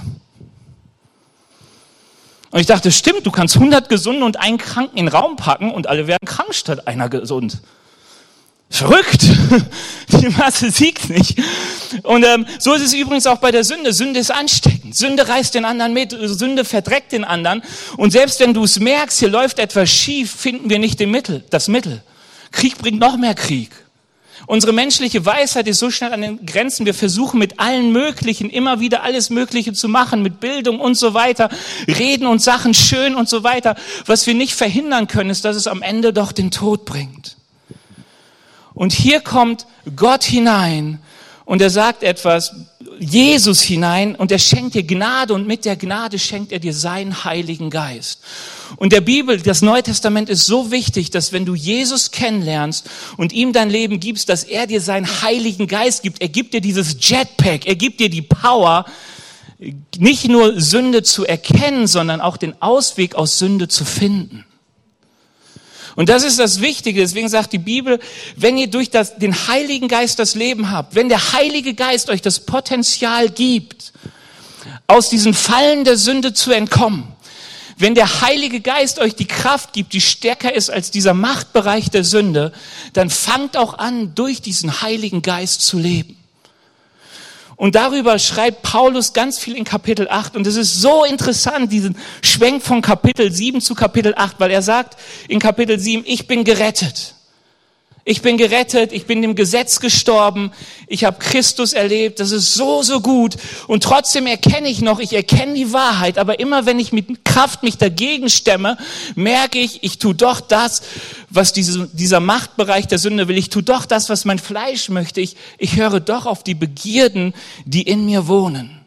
Und ich dachte, stimmt, du kannst 100 Gesunde und einen Kranken in den Raum packen und alle werden krank statt einer gesund. Verrückt! Die Masse siegt nicht. Und so ist es übrigens auch bei der Sünde. Sünde ist ansteckend. Sünde reißt den anderen mit. Sünde verdreckt den anderen. Und selbst wenn du es merkst, hier läuft etwas schief, finden wir nicht das Mittel. Krieg bringt noch mehr Krieg. Unsere menschliche Weisheit ist so schnell an den Grenzen. Wir versuchen mit allen Möglichen immer wieder alles Mögliche zu machen, mit Bildung und so weiter, reden und Sachen schön und so weiter. Was wir nicht verhindern können, ist, dass es am Ende doch den Tod bringt. Und hier kommt Gott hinein und er sagt etwas, Jesus hinein und er schenkt dir Gnade und mit der Gnade schenkt er dir seinen Heiligen Geist. Und der Bibel, das Neue Testament ist so wichtig, dass wenn du Jesus kennenlernst und ihm dein Leben gibst, dass er dir seinen Heiligen Geist gibt. Er gibt dir dieses Jetpack, er gibt dir die Power, nicht nur Sünde zu erkennen, sondern auch den Ausweg aus Sünde zu finden. Und das ist das Wichtige, deswegen sagt die Bibel, wenn ihr durch den Heiligen Geist das Leben habt, wenn der Heilige Geist euch das Potenzial gibt, aus diesen Fallen der Sünde zu entkommen, wenn der Heilige Geist euch die Kraft gibt, die stärker ist als dieser Machtbereich der Sünde, dann fangt auch an, durch diesen Heiligen Geist zu leben. Und darüber schreibt Paulus ganz viel in Kapitel 8. Und es ist so interessant, diesen Schwenk von Kapitel 7 zu Kapitel 8, weil er sagt in Kapitel 7, ich bin gerettet. Ich bin gerettet, ich bin dem Gesetz gestorben, ich habe Christus erlebt, das ist so, so gut. Und trotzdem erkenne die Wahrheit, aber immer wenn ich mit Kraft mich dagegen stemme, merke ich tue doch das, was dieser Machtbereich der Sünde will. Ich tue doch das, was mein Fleisch möchte. Ich höre doch auf die Begierden, die in mir wohnen.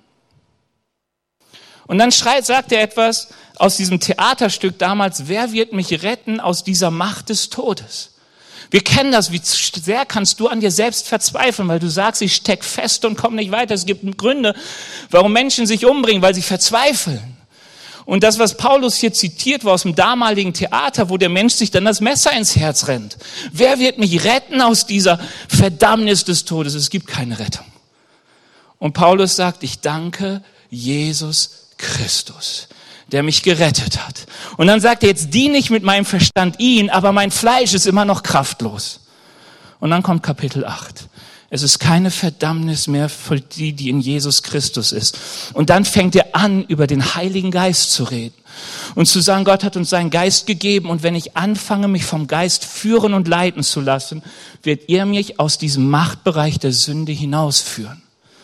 Und dann sagt er etwas aus diesem Theaterstück damals, wer wird mich retten aus dieser Macht des Todes? Wir kennen das, wie sehr kannst du an dir selbst verzweifeln, weil du sagst, ich steck fest und komme nicht weiter. Es gibt Gründe, warum Menschen sich umbringen, weil sie verzweifeln. Und das, was Paulus hier zitiert, war aus dem damaligen Theater, wo der Mensch sich dann das Messer ins Herz rennt. Wer wird mich retten aus dieser Verdammnis des Todes? Es gibt keine Rettung. Und Paulus sagt, ich danke Jesus Christus, der mich gerettet hat. Und dann sagt er, jetzt diene ich mit meinem Verstand ihn, aber mein Fleisch ist immer noch kraftlos. Und dann kommt Kapitel 8. Es ist keine Verdammnis mehr für die in Jesus Christus ist. Und dann fängt er an, über den Heiligen Geist zu reden. Und zu sagen, Gott hat uns seinen Geist gegeben. Und wenn ich anfange, mich vom Geist führen und leiten zu lassen, wird er mich aus diesem Machtbereich der Sünde hinausführen.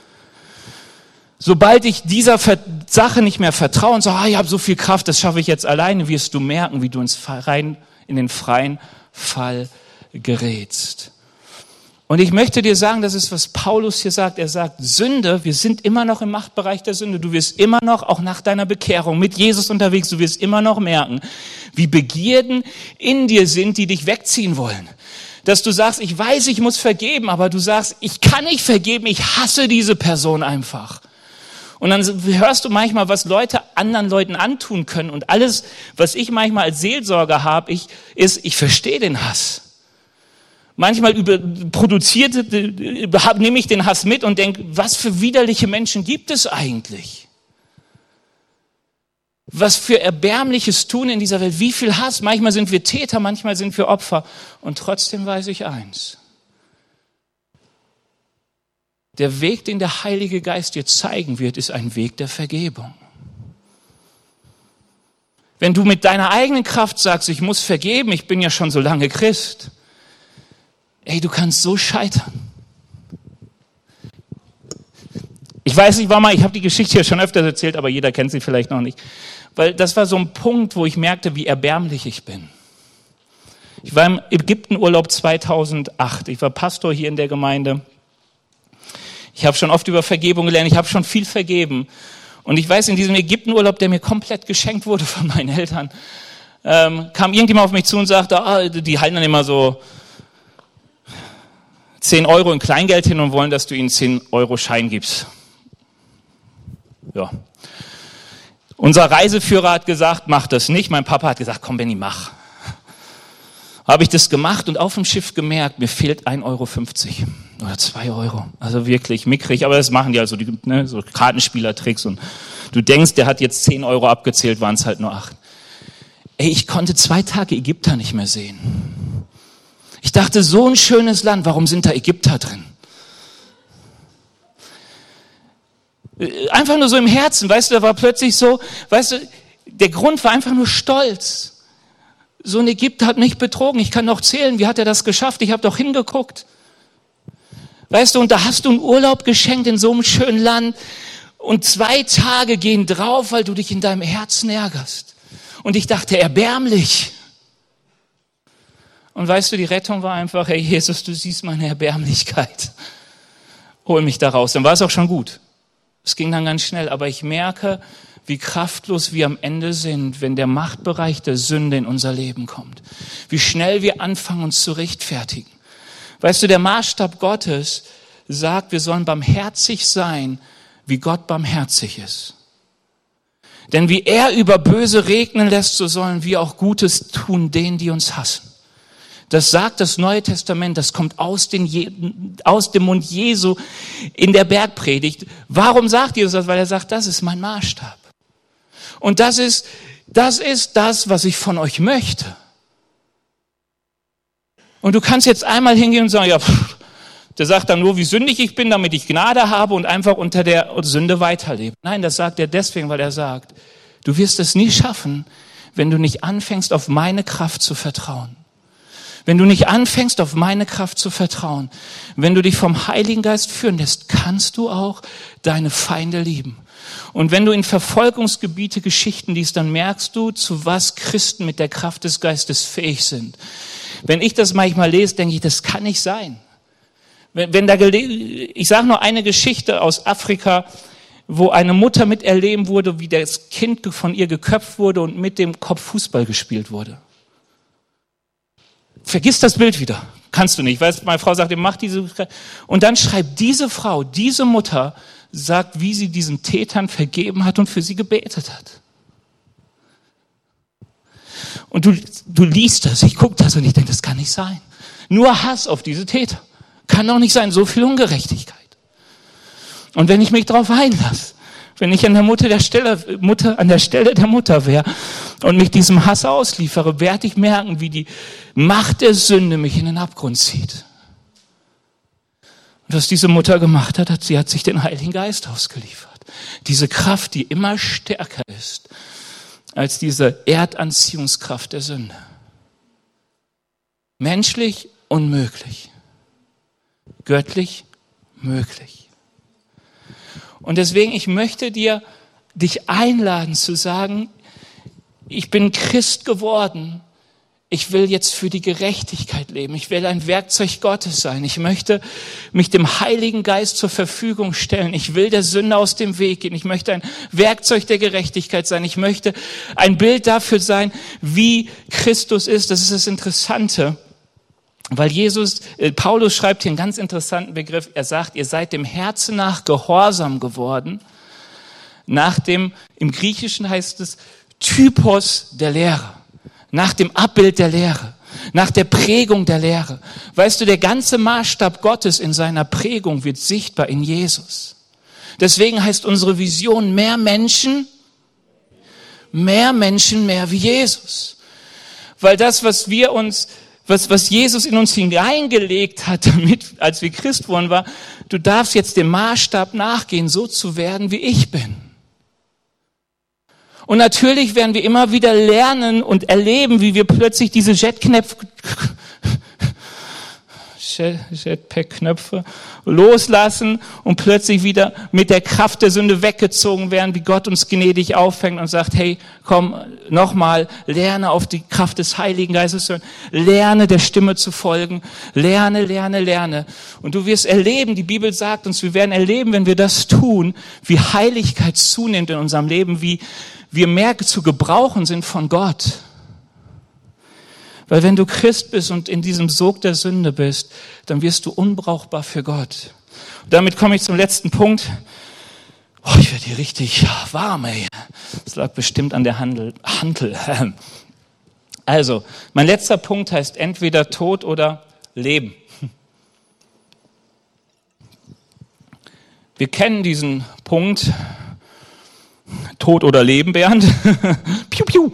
Sobald ich dieser Sache nicht mehr vertraue und sage, ich habe so viel Kraft, das schaffe ich jetzt alleine, wirst du merken, wie du in den freien Fall gerätst. Und ich möchte dir sagen, das ist, was Paulus hier sagt. Er sagt, Sünde, wir sind immer noch im Machtbereich der Sünde. Du wirst immer noch, auch nach deiner Bekehrung, mit Jesus unterwegs, du wirst immer noch merken, wie Begierden in dir sind, die dich wegziehen wollen. Dass du sagst, ich weiß, ich muss vergeben, aber du sagst, ich kann nicht vergeben, ich hasse diese Person einfach. Und dann hörst du manchmal, was Leute anderen Leuten antun können. Und alles, was ich manchmal als Seelsorger habe, ich verstehe den Hass. Manchmal nehme ich den Hass mit und denke, was für widerliche Menschen gibt es eigentlich? Was für erbärmliches Tun in dieser Welt, wie viel Hass. Manchmal sind wir Täter, manchmal sind wir Opfer. Und trotzdem weiß ich eins. Der Weg, den der Heilige Geist dir zeigen wird, ist ein Weg der Vergebung. Wenn du mit deiner eigenen Kraft sagst, ich muss vergeben, ich bin ja schon so lange Christ, du kannst so scheitern. Ich weiß nicht, ich habe die Geschichte ja schon öfters erzählt, aber jeder kennt sie vielleicht noch nicht. Weil das war so ein Punkt, wo ich merkte, wie erbärmlich ich bin. Ich war im Ägyptenurlaub 2008. Ich war Pastor hier in der Gemeinde. Ich habe schon oft über Vergebung gelernt. Ich habe schon viel vergeben. Und ich weiß, in diesem Ägyptenurlaub, der mir komplett geschenkt wurde von meinen Eltern, kam irgendjemand auf mich zu und sagte, die halten dann immer so 10 Euro in Kleingeld hin und wollen, dass du ihnen 10 Euro Schein gibst. Ja. Unser Reiseführer hat gesagt, mach das nicht. Mein Papa hat gesagt, komm Benni, mach. Habe ich das gemacht und auf dem Schiff gemerkt, mir fehlt 1,50 Euro oder 2 Euro. Also wirklich mickrig, aber das machen die also, so Kartenspielertricks. Und du denkst, der hat jetzt 10 Euro abgezählt, waren es halt nur 8. Ich konnte 2 Tage Ägypter nicht mehr sehen. Ich dachte, so ein schönes Land, warum sind da Ägypter drin? Einfach nur so im Herzen, weißt du, da war plötzlich so, weißt du, der Grund war einfach nur Stolz. So ein Ägypter hat mich betrogen, ich kann noch zählen, wie hat er das geschafft, ich habe doch hingeguckt. Weißt du, und da hast du einen Urlaub geschenkt in so einem schönen Land und 2 Tage gehen drauf, weil du dich in deinem Herzen ärgerst. Und ich dachte, erbärmlich. Und weißt du, die Rettung war einfach, hey Jesus, du siehst meine Erbärmlichkeit. Hol mich da raus. Dann war es auch schon gut. Es ging dann ganz schnell, aber ich merke, wie kraftlos wir am Ende sind, wenn der Machtbereich der Sünde in unser Leben kommt. Wie schnell wir anfangen, uns zu rechtfertigen. Weißt du, der Maßstab Gottes sagt, wir sollen barmherzig sein, wie Gott barmherzig ist. Denn wie er über Böse regnen lässt, so sollen wir auch Gutes tun denen, die uns hassen. Das sagt das Neue Testament, das kommt aus dem Mund Jesu in der Bergpredigt. Warum sagt Jesus das? Weil er sagt, das ist mein Maßstab. Und das ist das, was ich von euch möchte. Und du kannst jetzt einmal hingehen und sagen, ja, der sagt dann nur, wie sündig ich bin, damit ich Gnade habe und einfach unter der Sünde weiterlebe. Nein, das sagt er deswegen, weil er sagt, du wirst es nie schaffen, wenn du nicht anfängst, auf meine Kraft zu vertrauen. Wenn du nicht anfängst, auf meine Kraft zu vertrauen, wenn du dich vom Heiligen Geist führen lässt, kannst du auch deine Feinde lieben. Und wenn du in Verfolgungsgebiete Geschichten liest, dann merkst du, zu was Christen mit der Kraft des Geistes fähig sind. Wenn ich das manchmal lese, denke ich, das kann nicht sein. Ich sage nur eine Geschichte aus Afrika, wo eine Mutter miterleben wurde, wie das Kind von ihr geköpft wurde und mit dem Kopf Fußball gespielt wurde. Vergiss das Bild wieder. Kannst du nicht. Weißt, meine Frau sagt, mach diese. Und dann schreibt diese Frau, diese Mutter, sagt, wie sie diesen Tätern vergeben hat und für sie gebetet hat. Und du liest das, ich gucke das und ich denke, das kann nicht sein. Nur Hass auf diese Täter. Kann doch nicht sein, so viel Ungerechtigkeit. Und wenn ich mich darauf einlasse, wenn ich an der Stelle der Mutter wäre und mich diesem Hass ausliefere, werde ich merken, wie die Macht der Sünde mich in den Abgrund zieht. Und was diese Mutter gemacht hat, sie hat sich den Heiligen Geist ausgeliefert. Diese Kraft, die immer stärker ist als diese Erdanziehungskraft der Sünde. Menschlich unmöglich. Göttlich möglich. Und deswegen, ich möchte dich einladen zu sagen, ich bin Christ geworden. Ich will jetzt für die Gerechtigkeit leben. Ich will ein Werkzeug Gottes sein. Ich möchte mich dem Heiligen Geist zur Verfügung stellen. Ich will der Sünde aus dem Weg gehen. Ich möchte ein Werkzeug der Gerechtigkeit sein. Ich möchte ein Bild dafür sein, wie Christus ist. Das ist das Interessante. Weil Paulus schreibt hier einen ganz interessanten Begriff. Er sagt, ihr seid dem Herzen nach gehorsam geworden. Im Griechischen heißt es Typos der Lehre. Nach dem Abbild der Lehre. Nach der Prägung der Lehre. Weißt du, der ganze Maßstab Gottes in seiner Prägung wird sichtbar in Jesus. Deswegen heißt unsere Vision mehr Menschen, mehr wie Jesus. Weil das, was Jesus in uns hineingelegt hat, als wir Christ wurden, war, du darfst jetzt dem Maßstab nachgehen, so zu werden, wie ich bin. Und natürlich werden wir immer wieder lernen und erleben, wie wir plötzlich diese Jetpack-Knöpfe, loslassen und plötzlich wieder mit der Kraft der Sünde weggezogen werden, wie Gott uns gnädig auffängt und sagt, hey, komm, nochmal, lerne auf die Kraft des Heiligen Geistes zu hören, lerne der Stimme zu folgen, lerne. Und du wirst erleben, die Bibel sagt uns, wir werden erleben, wenn wir das tun, wie Heiligkeit zunimmt in unserem Leben, wie wir mehr zu gebrauchen sind von Gott. Weil wenn du Christ bist und in diesem Sog der Sünde bist, dann wirst du unbrauchbar für Gott. Und damit komme ich zum letzten Punkt. Oh, ich werde hier richtig warm, ey. Das lag bestimmt an der Hantel. Also, mein letzter Punkt heißt entweder Tod oder Leben. Wir kennen diesen Punkt. Tod oder Leben, Bernd. Piu, piu.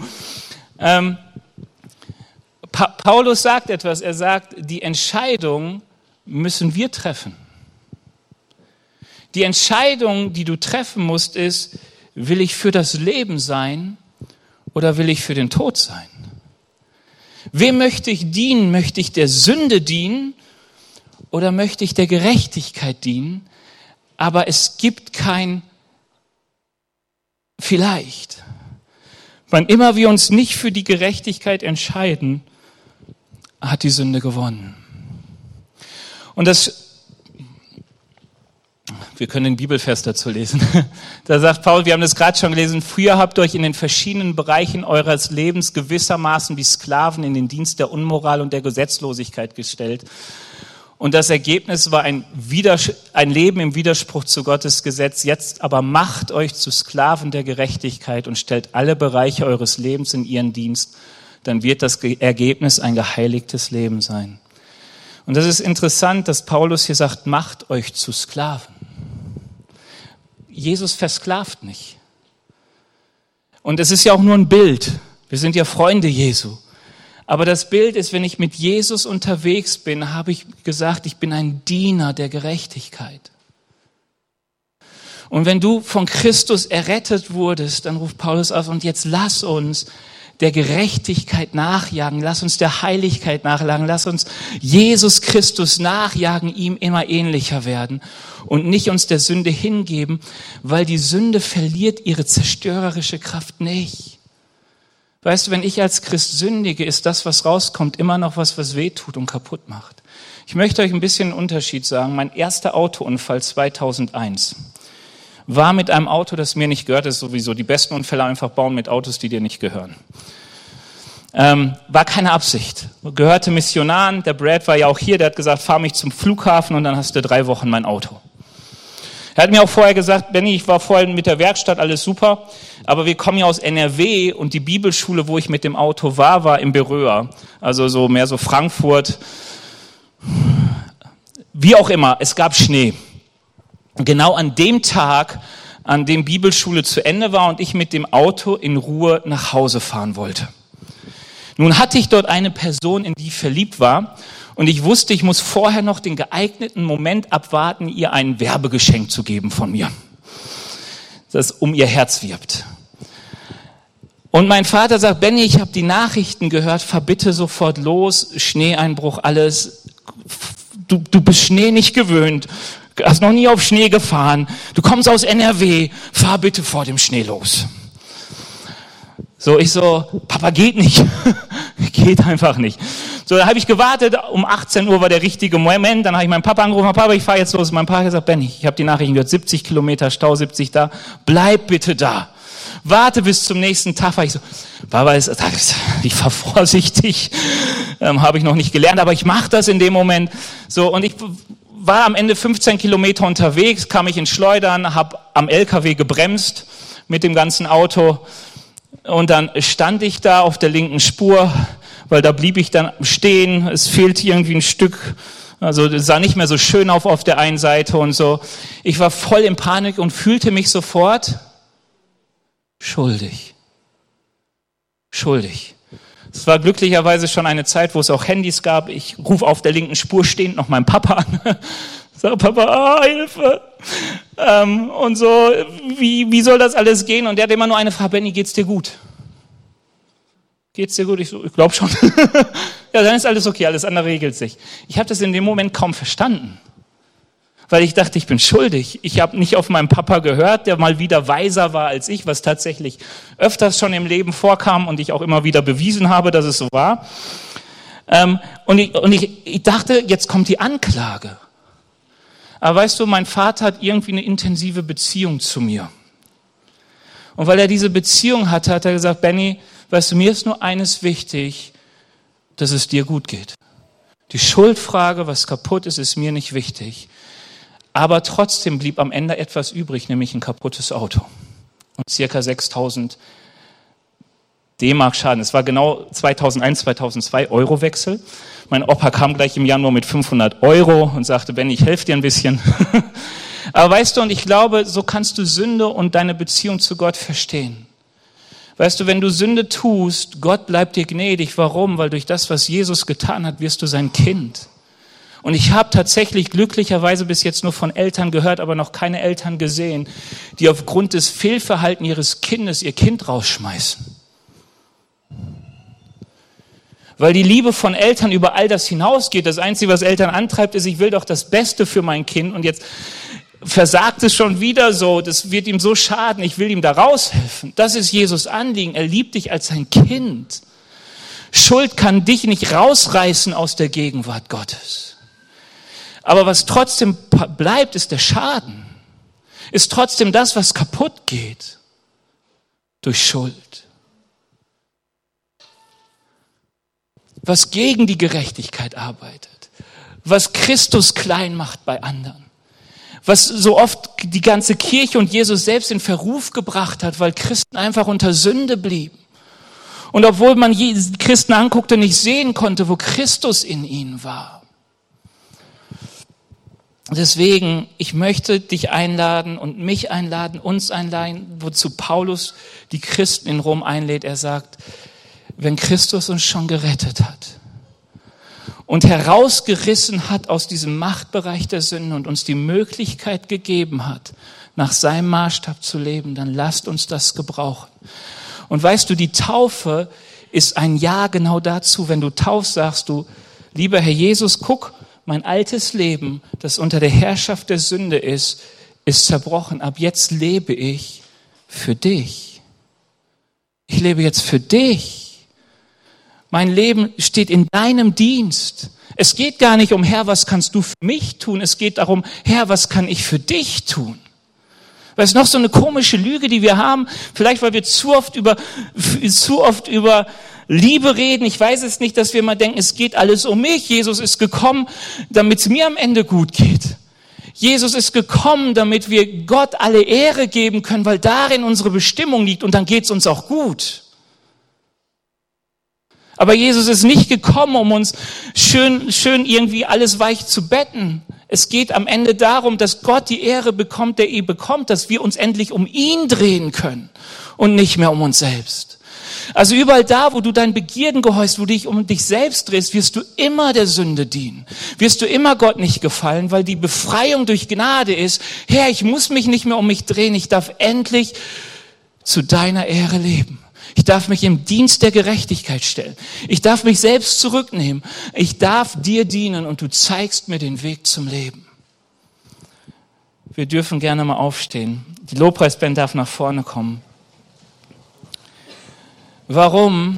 Paulus sagt etwas, er sagt, die Entscheidung müssen wir treffen. Die Entscheidung, die du treffen musst, ist, will ich für das Leben sein oder will ich für den Tod sein? Wem möchte ich dienen? Möchte ich der Sünde dienen oder möchte ich der Gerechtigkeit dienen? Aber es gibt kein Vielleicht. Wann immer wir uns nicht für die Gerechtigkeit entscheiden, hat die Sünde gewonnen. Und wir können den Bibelvers dazu lesen. Da sagt Paul, wir haben das gerade schon gelesen, früher habt ihr euch in den verschiedenen Bereichen eures Lebens gewissermaßen wie Sklaven in den Dienst der Unmoral und der Gesetzlosigkeit gestellt. Und das Ergebnis war ein Leben im Widerspruch zu Gottes Gesetz. Jetzt aber macht euch zu Sklaven der Gerechtigkeit und stellt alle Bereiche eures Lebens in ihren Dienst. Dann wird das Ergebnis ein geheiligtes Leben sein. Und das ist interessant, dass Paulus hier sagt, macht euch zu Sklaven. Jesus versklavt nicht. Und es ist ja auch nur ein Bild. Wir sind ja Freunde Jesu. Aber das Bild ist, wenn ich mit Jesus unterwegs bin, habe ich gesagt, ich bin ein Diener der Gerechtigkeit. Und wenn du von Christus errettet wurdest, dann ruft Paulus auf, und jetzt lass uns der Gerechtigkeit nachjagen, lass uns der Heiligkeit nachjagen, lass uns Jesus Christus nachjagen, ihm immer ähnlicher werden und nicht uns der Sünde hingeben, weil die Sünde verliert ihre zerstörerische Kraft nicht. Weißt du, wenn ich als Christ sündige, ist das, was rauskommt, immer noch was wehtut und kaputt macht. Ich möchte euch ein bisschen einen Unterschied sagen. Mein erster Autounfall 2001 war mit einem Auto, das mir nicht gehört. Das ist sowieso die besten Unfälle einfach bauen mit Autos, die dir nicht gehören. War keine Absicht. Gehörte Missionaren. Der Brad war ja auch hier. Der hat gesagt, fahr mich zum Flughafen und dann hast du 3 Wochen mein Auto. Er hat mir auch vorher gesagt, Benni, ich war vorher mit der Werkstatt, alles super, aber wir kommen ja aus NRW und die Bibelschule, wo ich mit dem Auto war im Beröa. Also so mehr so Frankfurt. Wie auch immer, es gab Schnee. Genau an dem Tag, an dem Bibelschule zu Ende war und ich mit dem Auto in Ruhe nach Hause fahren wollte. Nun hatte ich dort eine Person, in die ich verliebt war, und ich wusste, ich muss vorher noch den geeigneten Moment abwarten, ihr ein Werbegeschenk zu geben von mir, das um ihr Herz wirbt. Und mein Vater sagt, Benni, ich habe die Nachrichten gehört, fahr bitte sofort los, Schneeeinbruch, alles. Du bist Schnee nicht gewöhnt, hast noch nie auf Schnee gefahren, du kommst aus NRW, fahr bitte vor dem Schnee los. So, ich so, Papa, geht nicht. Geht einfach nicht. So, da habe ich gewartet, um 18 Uhr war der richtige Moment, dann habe ich meinen Papa angerufen, Papa, ich fahre jetzt los. Mein Papa hat gesagt, Benni, ich habe die Nachrichten gehört, 70 Kilometer Stau, 70 da, bleib bitte da. Warte bis zum nächsten Tag. War ich so, Papa, ich war vorsichtig, habe ich noch nicht gelernt, aber ich mache das in dem Moment. So, und ich war am Ende 15 Kilometer unterwegs, kam ich ins Schleudern, habe am LKW gebremst mit dem ganzen Auto. Und dann stand ich da auf der linken Spur, weil da blieb ich dann stehen. Es fehlte irgendwie ein Stück, also es sah nicht mehr so schön auf der einen Seite und so. Ich war voll in Panik und fühlte mich sofort schuldig. Es war glücklicherweise schon eine Zeit, wo es auch Handys gab. Ich rufe auf der linken Spur stehend noch meinen Papa an. Sag, Papa, Hilfe. Und so, wie soll das alles gehen? Und der hat immer nur eine Frage, Benni, geht's dir gut? Geht's dir gut? Ich so, ich glaube schon. Ja, dann ist alles okay, alles andere regelt sich. Ich habe das in dem Moment kaum verstanden. Weil ich dachte, ich bin schuldig. Ich habe nicht auf meinen Papa gehört, der mal wieder weiser war als ich, was tatsächlich öfters schon im Leben vorkam und ich auch immer wieder bewiesen habe, dass es so war. Und ich dachte, jetzt kommt die Anklage. Aber weißt du, mein Vater hat irgendwie eine intensive Beziehung zu mir. Und weil er diese Beziehung hatte, hat er gesagt, Benny, weißt du, mir ist nur eines wichtig, dass es dir gut geht. Die Schuldfrage, was kaputt ist mir nicht wichtig. Aber trotzdem blieb am Ende etwas übrig, nämlich ein kaputtes Auto. Und circa 6.000 D-Mark Schaden. Es war genau 2001, 2002 Eurowechsel. Mein Opa kam gleich im Januar mit 500 Euro und sagte, Benni, ich helfe dir ein bisschen. Aber weißt du, und ich glaube, so kannst du Sünde und deine Beziehung zu Gott verstehen. Weißt du, wenn du Sünde tust, Gott bleibt dir gnädig. Warum? Weil durch das, was Jesus getan hat, wirst du sein Kind. Und ich habe tatsächlich glücklicherweise bis jetzt nur von Eltern gehört, aber noch keine Eltern gesehen, die aufgrund des Fehlverhaltens ihres Kindes ihr Kind rausschmeißen. Weil die Liebe von Eltern über all das hinausgeht. Das Einzige, was Eltern antreibt, ist, ich will doch das Beste für mein Kind und jetzt versagt es schon wieder so, das wird ihm so schaden, ich will ihm da raushelfen. Das ist Jesus' Anliegen, er liebt dich als sein Kind. Schuld kann dich nicht rausreißen aus der Gegenwart Gottes. Aber was trotzdem bleibt, ist der Schaden. Ist trotzdem das, was kaputt geht durch Schuld. Was gegen die Gerechtigkeit arbeitet. Was Christus klein macht bei anderen. Was so oft die ganze Kirche und Jesus selbst in Verruf gebracht hat, weil Christen einfach unter Sünde blieben. Und obwohl man Christen anguckte, nicht sehen konnte, wo Christus in ihnen war. Deswegen, ich möchte dich einladen und mich einladen, uns einladen, wozu Paulus die Christen in Rom einlädt. Er sagt, wenn Christus uns schon gerettet hat und herausgerissen hat aus diesem Machtbereich der Sünde und uns die Möglichkeit gegeben hat, nach seinem Maßstab zu leben, dann lasst uns das gebrauchen. Und weißt du, die Taufe ist ein Ja genau dazu. Wenn du taufst, sagst du, lieber Herr Jesus, guck, mein altes Leben, das unter der Herrschaft der Sünde ist zerbrochen. Ab jetzt lebe ich für dich. Ich lebe jetzt für dich. Mein Leben steht in deinem Dienst. Es geht gar nicht um, Herr, was kannst du für mich tun? Es geht darum, Herr, was kann ich für dich tun? Weil es noch so eine komische Lüge, die wir haben, vielleicht weil wir zu oft über Liebe reden, ich weiß es nicht, dass wir mal denken, es geht alles um mich. Jesus ist gekommen, damit es mir am Ende gut geht. Jesus ist gekommen, damit wir Gott alle Ehre geben können, weil darin unsere Bestimmung liegt und dann geht es uns auch gut. Aber Jesus ist nicht gekommen, um uns schön irgendwie alles weich zu betten. Es geht am Ende darum, dass Gott die Ehre bekommt, der ihn bekommt, dass wir uns endlich um ihn drehen können und nicht mehr um uns selbst. Also überall da, wo du deinen Begierden gehorchst, wo du dich um dich selbst drehst, wirst du immer der Sünde dienen. Wirst du immer Gott nicht gefallen, weil die Befreiung durch Gnade ist, Herr, ich muss mich nicht mehr um mich drehen, ich darf endlich zu deiner Ehre leben. Ich darf mich im Dienst der Gerechtigkeit stellen. Ich darf mich selbst zurücknehmen. Ich darf dir dienen und du zeigst mir den Weg zum Leben. Wir dürfen gerne mal aufstehen. Die Lobpreisband darf nach vorne kommen. Warum?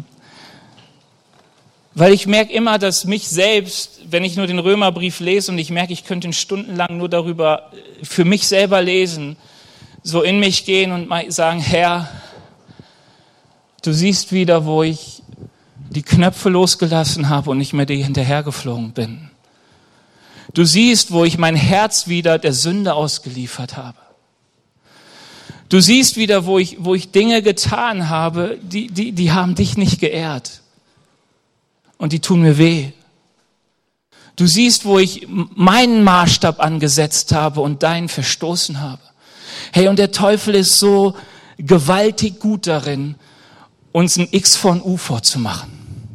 Weil ich merke immer, dass mich selbst, wenn ich nur den Römerbrief lese und ich merke, ich könnte ihn stundenlang nur darüber für mich selber lesen, so in mich gehen und mal sagen, Herr, du siehst wieder, wo ich die Knöpfe losgelassen habe und nicht mehr dir hinterhergeflogen bin. Du siehst, wo ich mein Herz wieder der Sünde ausgeliefert habe. Du siehst wieder, wo ich Dinge getan habe, die haben dich nicht geehrt. Und die tun mir weh. Du siehst, wo ich meinen Maßstab angesetzt habe und deinen verstoßen habe. Hey, und der Teufel ist so gewaltig gut darin, uns ein X von U vorzumachen.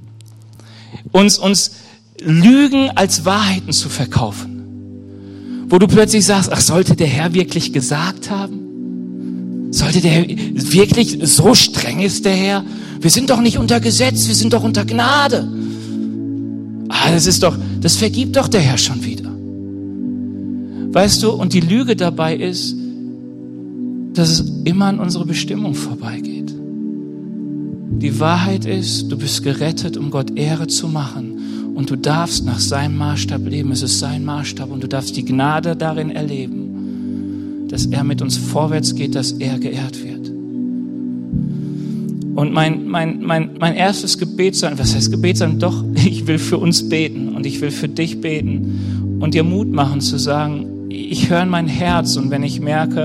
Uns Lügen als Wahrheiten zu verkaufen. Wo du plötzlich sagst, ach, sollte der Herr wirklich gesagt haben? Sollte der Herr wirklich, so streng ist der Herr? Wir sind doch nicht unter Gesetz, wir sind doch unter Gnade. Das vergibt doch der Herr schon wieder. Weißt du, und die Lüge dabei ist, dass es immer an unsere Bestimmung vorbeigeht. Die Wahrheit ist, du bist gerettet, um Gott Ehre zu machen. Und du darfst nach seinem Maßstab leben. Es ist sein Maßstab. Und du darfst die Gnade darin erleben, dass er mit uns vorwärts geht, dass er geehrt wird. Und mein erstes Gebet sein, was heißt Gebet sein? Doch, ich will für uns beten und ich will für dich beten und dir Mut machen zu sagen, ich höre in mein Herz und wenn ich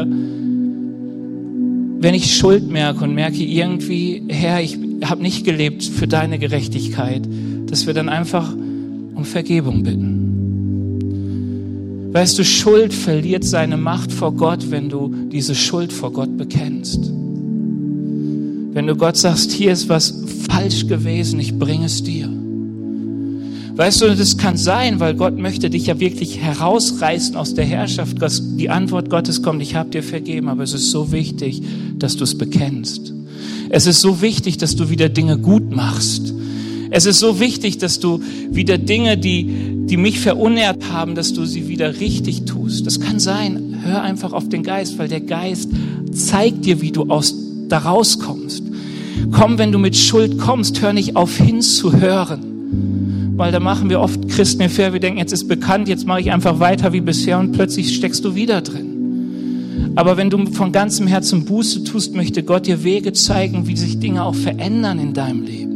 Schuld merke und merke irgendwie, Herr, ich habe nicht gelebt für deine Gerechtigkeit, dass wir dann einfach um Vergebung bitten. Weißt du, Schuld verliert seine Macht vor Gott, wenn du diese Schuld vor Gott bekennst. Wenn du Gott sagst, hier ist was falsch gewesen, ich bringe es dir. Weißt du, das kann sein, weil Gott möchte dich ja wirklich herausreißen aus der Herrschaft. Die Antwort Gottes kommt, ich habe dir vergeben, aber es ist so wichtig, dass du es bekennst. Es ist so wichtig, dass du wieder Dinge gut machst. Es ist so wichtig, dass du wieder Dinge, die mich verunehrt haben, dass du sie wieder richtig tust. Das kann sein. Hör einfach auf den Geist, weil der Geist zeigt dir, wie du da rauskommst. Komm, wenn du mit Schuld kommst, hör nicht auf hinzuhören. Weil da machen wir oft Christen den Fehler, wir denken, jetzt ist bekannt, jetzt mache ich einfach weiter wie bisher und plötzlich steckst du wieder drin. Aber wenn du von ganzem Herzen Buße tust, möchte Gott dir Wege zeigen, wie sich Dinge auch verändern in deinem Leben.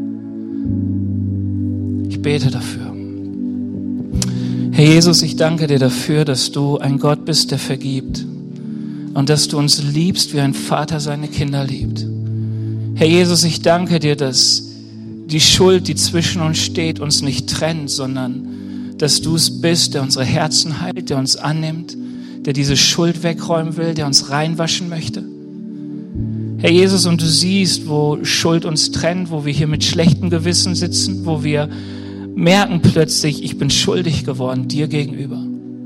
Ich bete dafür. Herr Jesus, ich danke dir dafür, dass du ein Gott bist, der vergibt und dass du uns liebst, wie ein Vater seine Kinder liebt. Herr Jesus, ich danke dir, dass die Schuld, die zwischen uns steht, uns nicht trennt, sondern dass du es bist, der unsere Herzen heilt, der uns annimmt, der diese Schuld wegräumen will, der uns reinwaschen möchte. Herr Jesus, und du siehst, wo Schuld uns trennt, wo wir hier mit schlechtem Gewissen sitzen, wo wir merken plötzlich, ich bin schuldig geworden dir gegenüber.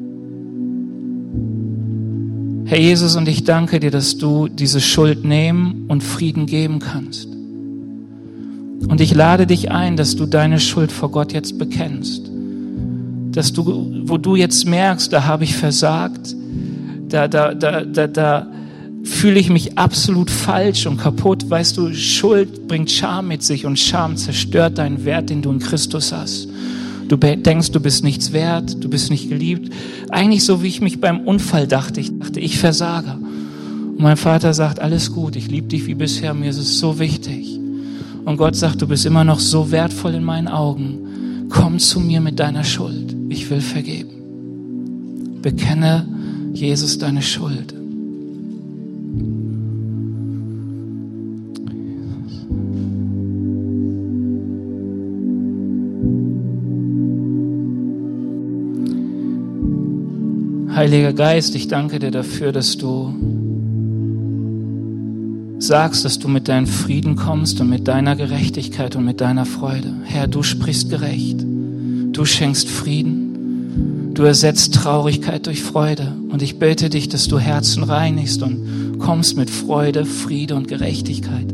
Herr Jesus, und ich danke dir, dass du diese Schuld nehmen und Frieden geben kannst. Und ich lade dich ein, dass du deine Schuld vor Gott jetzt bekennst. Dass du, wo du jetzt merkst, da habe ich versagt, da fühle ich mich absolut falsch und kaputt. Weißt du, Schuld bringt Scham mit sich und Scham zerstört deinen Wert, den du in Christus hast. Du denkst, du bist nichts wert, du bist nicht geliebt. Eigentlich so, wie ich mich beim Unfall dachte. Ich dachte, ich versage. Und mein Vater sagt, alles gut, ich liebe dich wie bisher, mir ist es so wichtig. Und Gott sagt, du bist immer noch so wertvoll in meinen Augen. Komm zu mir mit deiner Schuld. Ich will vergeben. Bekenne, Jesus, deine Schuld. Heiliger Geist, ich danke dir dafür, dass du sagst, dass du mit deinem Frieden kommst und mit deiner Gerechtigkeit und mit deiner Freude. Herr, du sprichst gerecht. Du schenkst Frieden. Du ersetzt Traurigkeit durch Freude. Und ich bete dich, dass du Herzen reinigst und kommst mit Freude, Friede und Gerechtigkeit.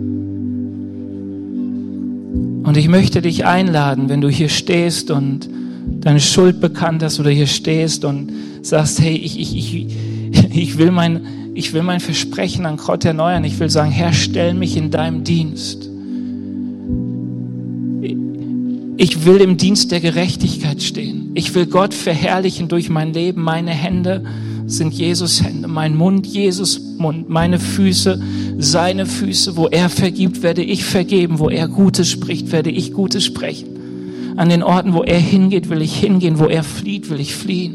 Und ich möchte dich einladen, wenn du hier stehst und deine Schuld bekannt hast oder hier stehst und sagst, hey, ich will mein Versprechen an Gott erneuern. Ich will sagen, Herr, stell mich in deinem Dienst. Ich will im Dienst der Gerechtigkeit stehen. Ich will Gott verherrlichen durch mein Leben. Meine Hände sind Jesus Hände, mein Mund Jesus Mund, meine Füße seine Füße. Wo er vergibt, werde ich vergeben. Wo er Gutes spricht, werde ich Gutes sprechen. An den Orten, wo er hingeht, will ich hingehen. Wo er flieht, will ich fliehen.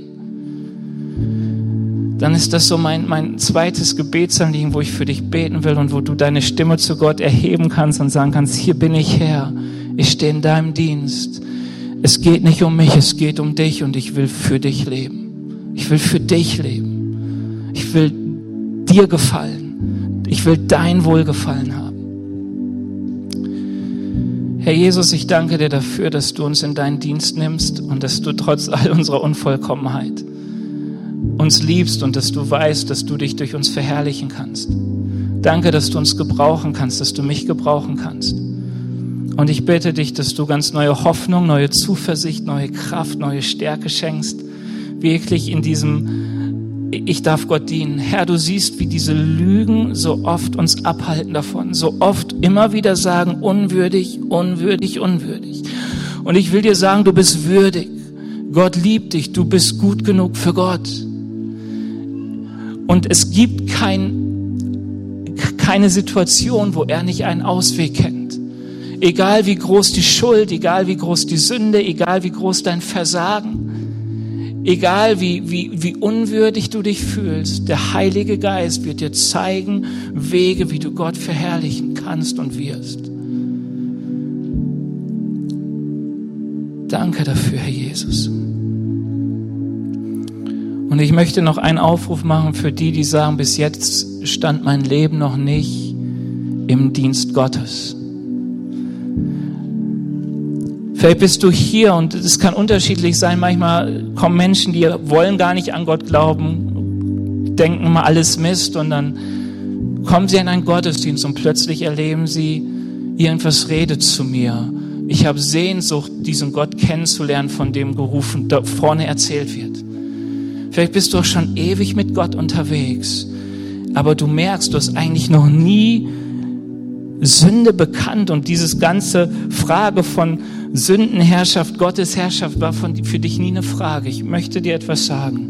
Dann ist das so mein zweites Gebetsanliegen, wo ich für dich beten will und wo du deine Stimme zu Gott erheben kannst und sagen kannst, hier bin ich Herr, ich stehe in deinem Dienst. Es geht nicht um mich, es geht um dich und ich will für dich leben. Ich will für dich leben. Ich will dir gefallen. Ich will dein Wohlgefallen haben. Herr Jesus, ich danke dir dafür, dass du uns in deinen Dienst nimmst und dass du trotz all unserer Unvollkommenheit uns liebst und dass du weißt, dass du dich durch uns verherrlichen kannst. Danke, dass du uns gebrauchen kannst, dass du mich gebrauchen kannst. Und ich bitte dich, dass du ganz neue Hoffnung, neue Zuversicht, neue Kraft, neue Stärke schenkst. Wirklich in diesem, ich darf Gott dienen. Herr, du siehst, wie diese Lügen so oft uns abhalten davon. So oft immer wieder sagen, unwürdig, unwürdig, unwürdig. Und ich will dir sagen, du bist würdig. Gott liebt dich. Du bist gut genug für Gott. Und es gibt keine Situation, wo er nicht einen Ausweg kennt. Egal wie groß die Schuld, egal wie groß die Sünde, egal wie groß dein Versagen, egal wie unwürdig du dich fühlst, der Heilige Geist wird dir zeigen Wege, wie du Gott verherrlichen kannst und wirst. Danke dafür, Herr Jesus. Und ich möchte noch einen Aufruf machen für die sagen, bis jetzt stand mein Leben noch nicht im Dienst Gottes. Vielleicht bist du hier und es kann unterschiedlich sein. Manchmal kommen Menschen, die wollen gar nicht an Gott glauben, denken mal alles Mist und dann kommen sie in einen Gottesdienst und plötzlich erleben sie, irgendwas redet zu mir. Ich habe Sehnsucht, diesen Gott kennenzulernen, von dem gerufen, da vorne erzählt wird. Vielleicht bist du auch schon ewig mit Gott unterwegs, aber du merkst, du hast eigentlich noch nie Sünde bekannt und dieses ganze Frage von Sündenherrschaft, Gottes Herrschaft war für dich nie eine Frage. Ich möchte dir etwas sagen.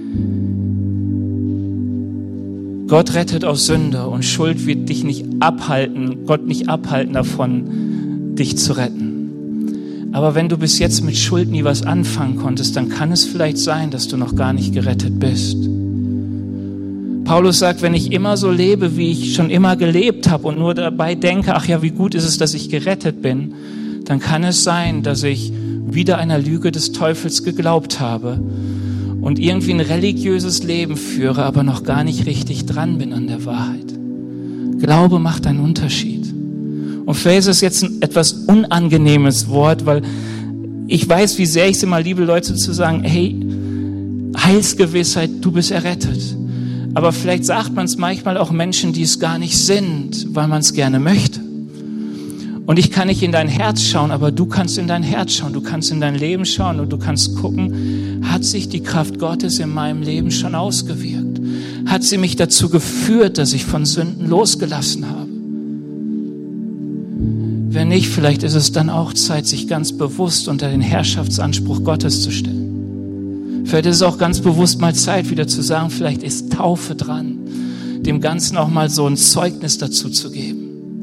Gott rettet aus Sünde und Schuld wird dich nicht abhalten, Gott nicht abhalten davon, dich zu retten. Aber wenn du bis jetzt mit Schuld nie was anfangen konntest, dann kann es vielleicht sein, dass du noch gar nicht gerettet bist. Paulus sagt, wenn ich immer so lebe, wie ich schon immer gelebt habe und nur dabei denke, ach ja, wie gut ist es, dass ich gerettet bin, dann kann es sein, dass ich wieder einer Lüge des Teufels geglaubt habe und irgendwie ein religiöses Leben führe, aber noch gar nicht richtig dran bin an der Wahrheit. Glaube macht einen Unterschied. Und vielleicht ist es jetzt ein etwas unangenehmes Wort, weil ich weiß, wie sehr ich es immer liebe, Leute zu sagen, hey, Heilsgewissheit, du bist errettet. Aber vielleicht sagt man es manchmal auch Menschen, die es gar nicht sind, weil man es gerne möchte. Und ich kann nicht in dein Herz schauen, aber du kannst in dein Herz schauen, du kannst in dein Leben schauen und du kannst gucken, hat sich die Kraft Gottes in meinem Leben schon ausgewirkt? Hat sie mich dazu geführt, dass ich von Sünden losgelassen habe? Wenn nicht, vielleicht ist es dann auch Zeit, sich ganz bewusst unter den Herrschaftsanspruch Gottes zu stellen. Vielleicht ist es auch ganz bewusst mal Zeit, wieder zu sagen, vielleicht ist Taufe dran, dem Ganzen auch mal so ein Zeugnis dazu zu geben.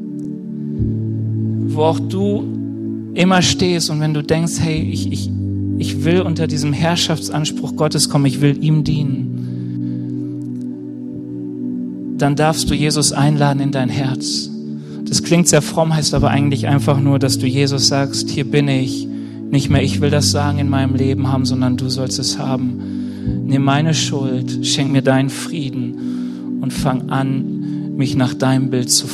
Wo auch du immer stehst und wenn du denkst, hey, ich will unter diesem Herrschaftsanspruch Gottes kommen, ich will ihm dienen, dann darfst du Jesus einladen in dein Herz. Das klingt sehr fromm, heißt aber eigentlich einfach nur, dass du Jesus sagst, hier bin ich. Nicht mehr ich will das Sagen in meinem Leben haben, sondern du sollst es haben. Nimm meine Schuld, schenk mir deinen Frieden und fang an, mich nach deinem Bild zu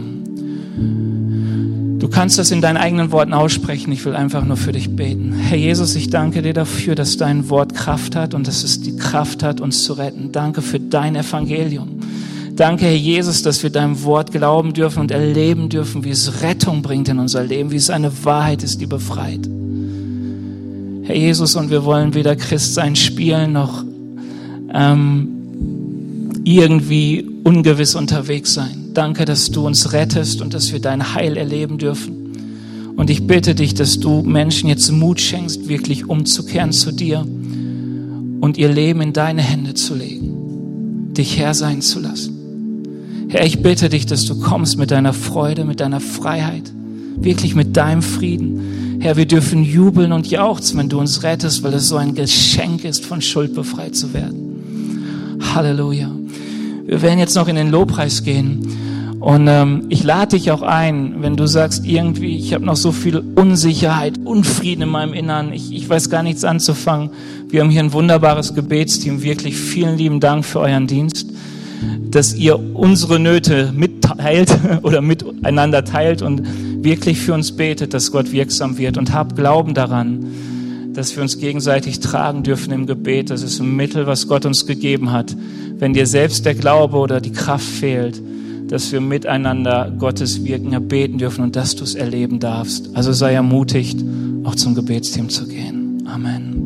formen. Du kannst das in deinen eigenen Worten aussprechen. Ich will einfach nur für dich beten. Herr Jesus, ich danke dir dafür, dass dein Wort Kraft hat und dass es die Kraft hat, uns zu retten. Danke für dein Evangelium. Danke, Herr Jesus, dass wir deinem Wort glauben dürfen und erleben dürfen, wie es Rettung bringt in unser Leben, wie es eine Wahrheit ist, die befreit. Herr Jesus, und wir wollen weder Christsein spielen, noch irgendwie ungewiss unterwegs sein. Danke, dass du uns rettest und dass wir dein Heil erleben dürfen. Und ich bitte dich, dass du Menschen jetzt Mut schenkst, wirklich umzukehren zu dir und ihr Leben in deine Hände zu legen, dich Herr sein zu lassen. Herr, ich bitte dich, dass du kommst mit deiner Freude, mit deiner Freiheit, wirklich mit deinem Frieden. Herr, wir dürfen jubeln und jauchzen, wenn du uns rettest, weil es so ein Geschenk ist, von Schuld befreit zu werden. Halleluja. Wir werden jetzt noch in den Lobpreis gehen und ich lade dich auch ein, wenn du sagst, irgendwie, ich habe noch so viel Unsicherheit, Unfrieden in meinem Innern, ich weiß gar nichts anzufangen. Wir haben hier ein wunderbares Gebetsteam, wirklich vielen lieben Dank für euren Dienst, dass ihr unsere Nöte mitteilt oder miteinander teilt und wirklich für uns betet, dass Gott wirksam wird und habt Glauben daran, dass wir uns gegenseitig tragen dürfen im Gebet. Das ist ein Mittel, was Gott uns gegeben hat. Wenn dir selbst der Glaube oder die Kraft fehlt, dass wir miteinander Gottes Wirken erbeten dürfen und dass du es erleben darfst. Also sei ermutigt, auch zum Gebetsteam zu gehen. Amen.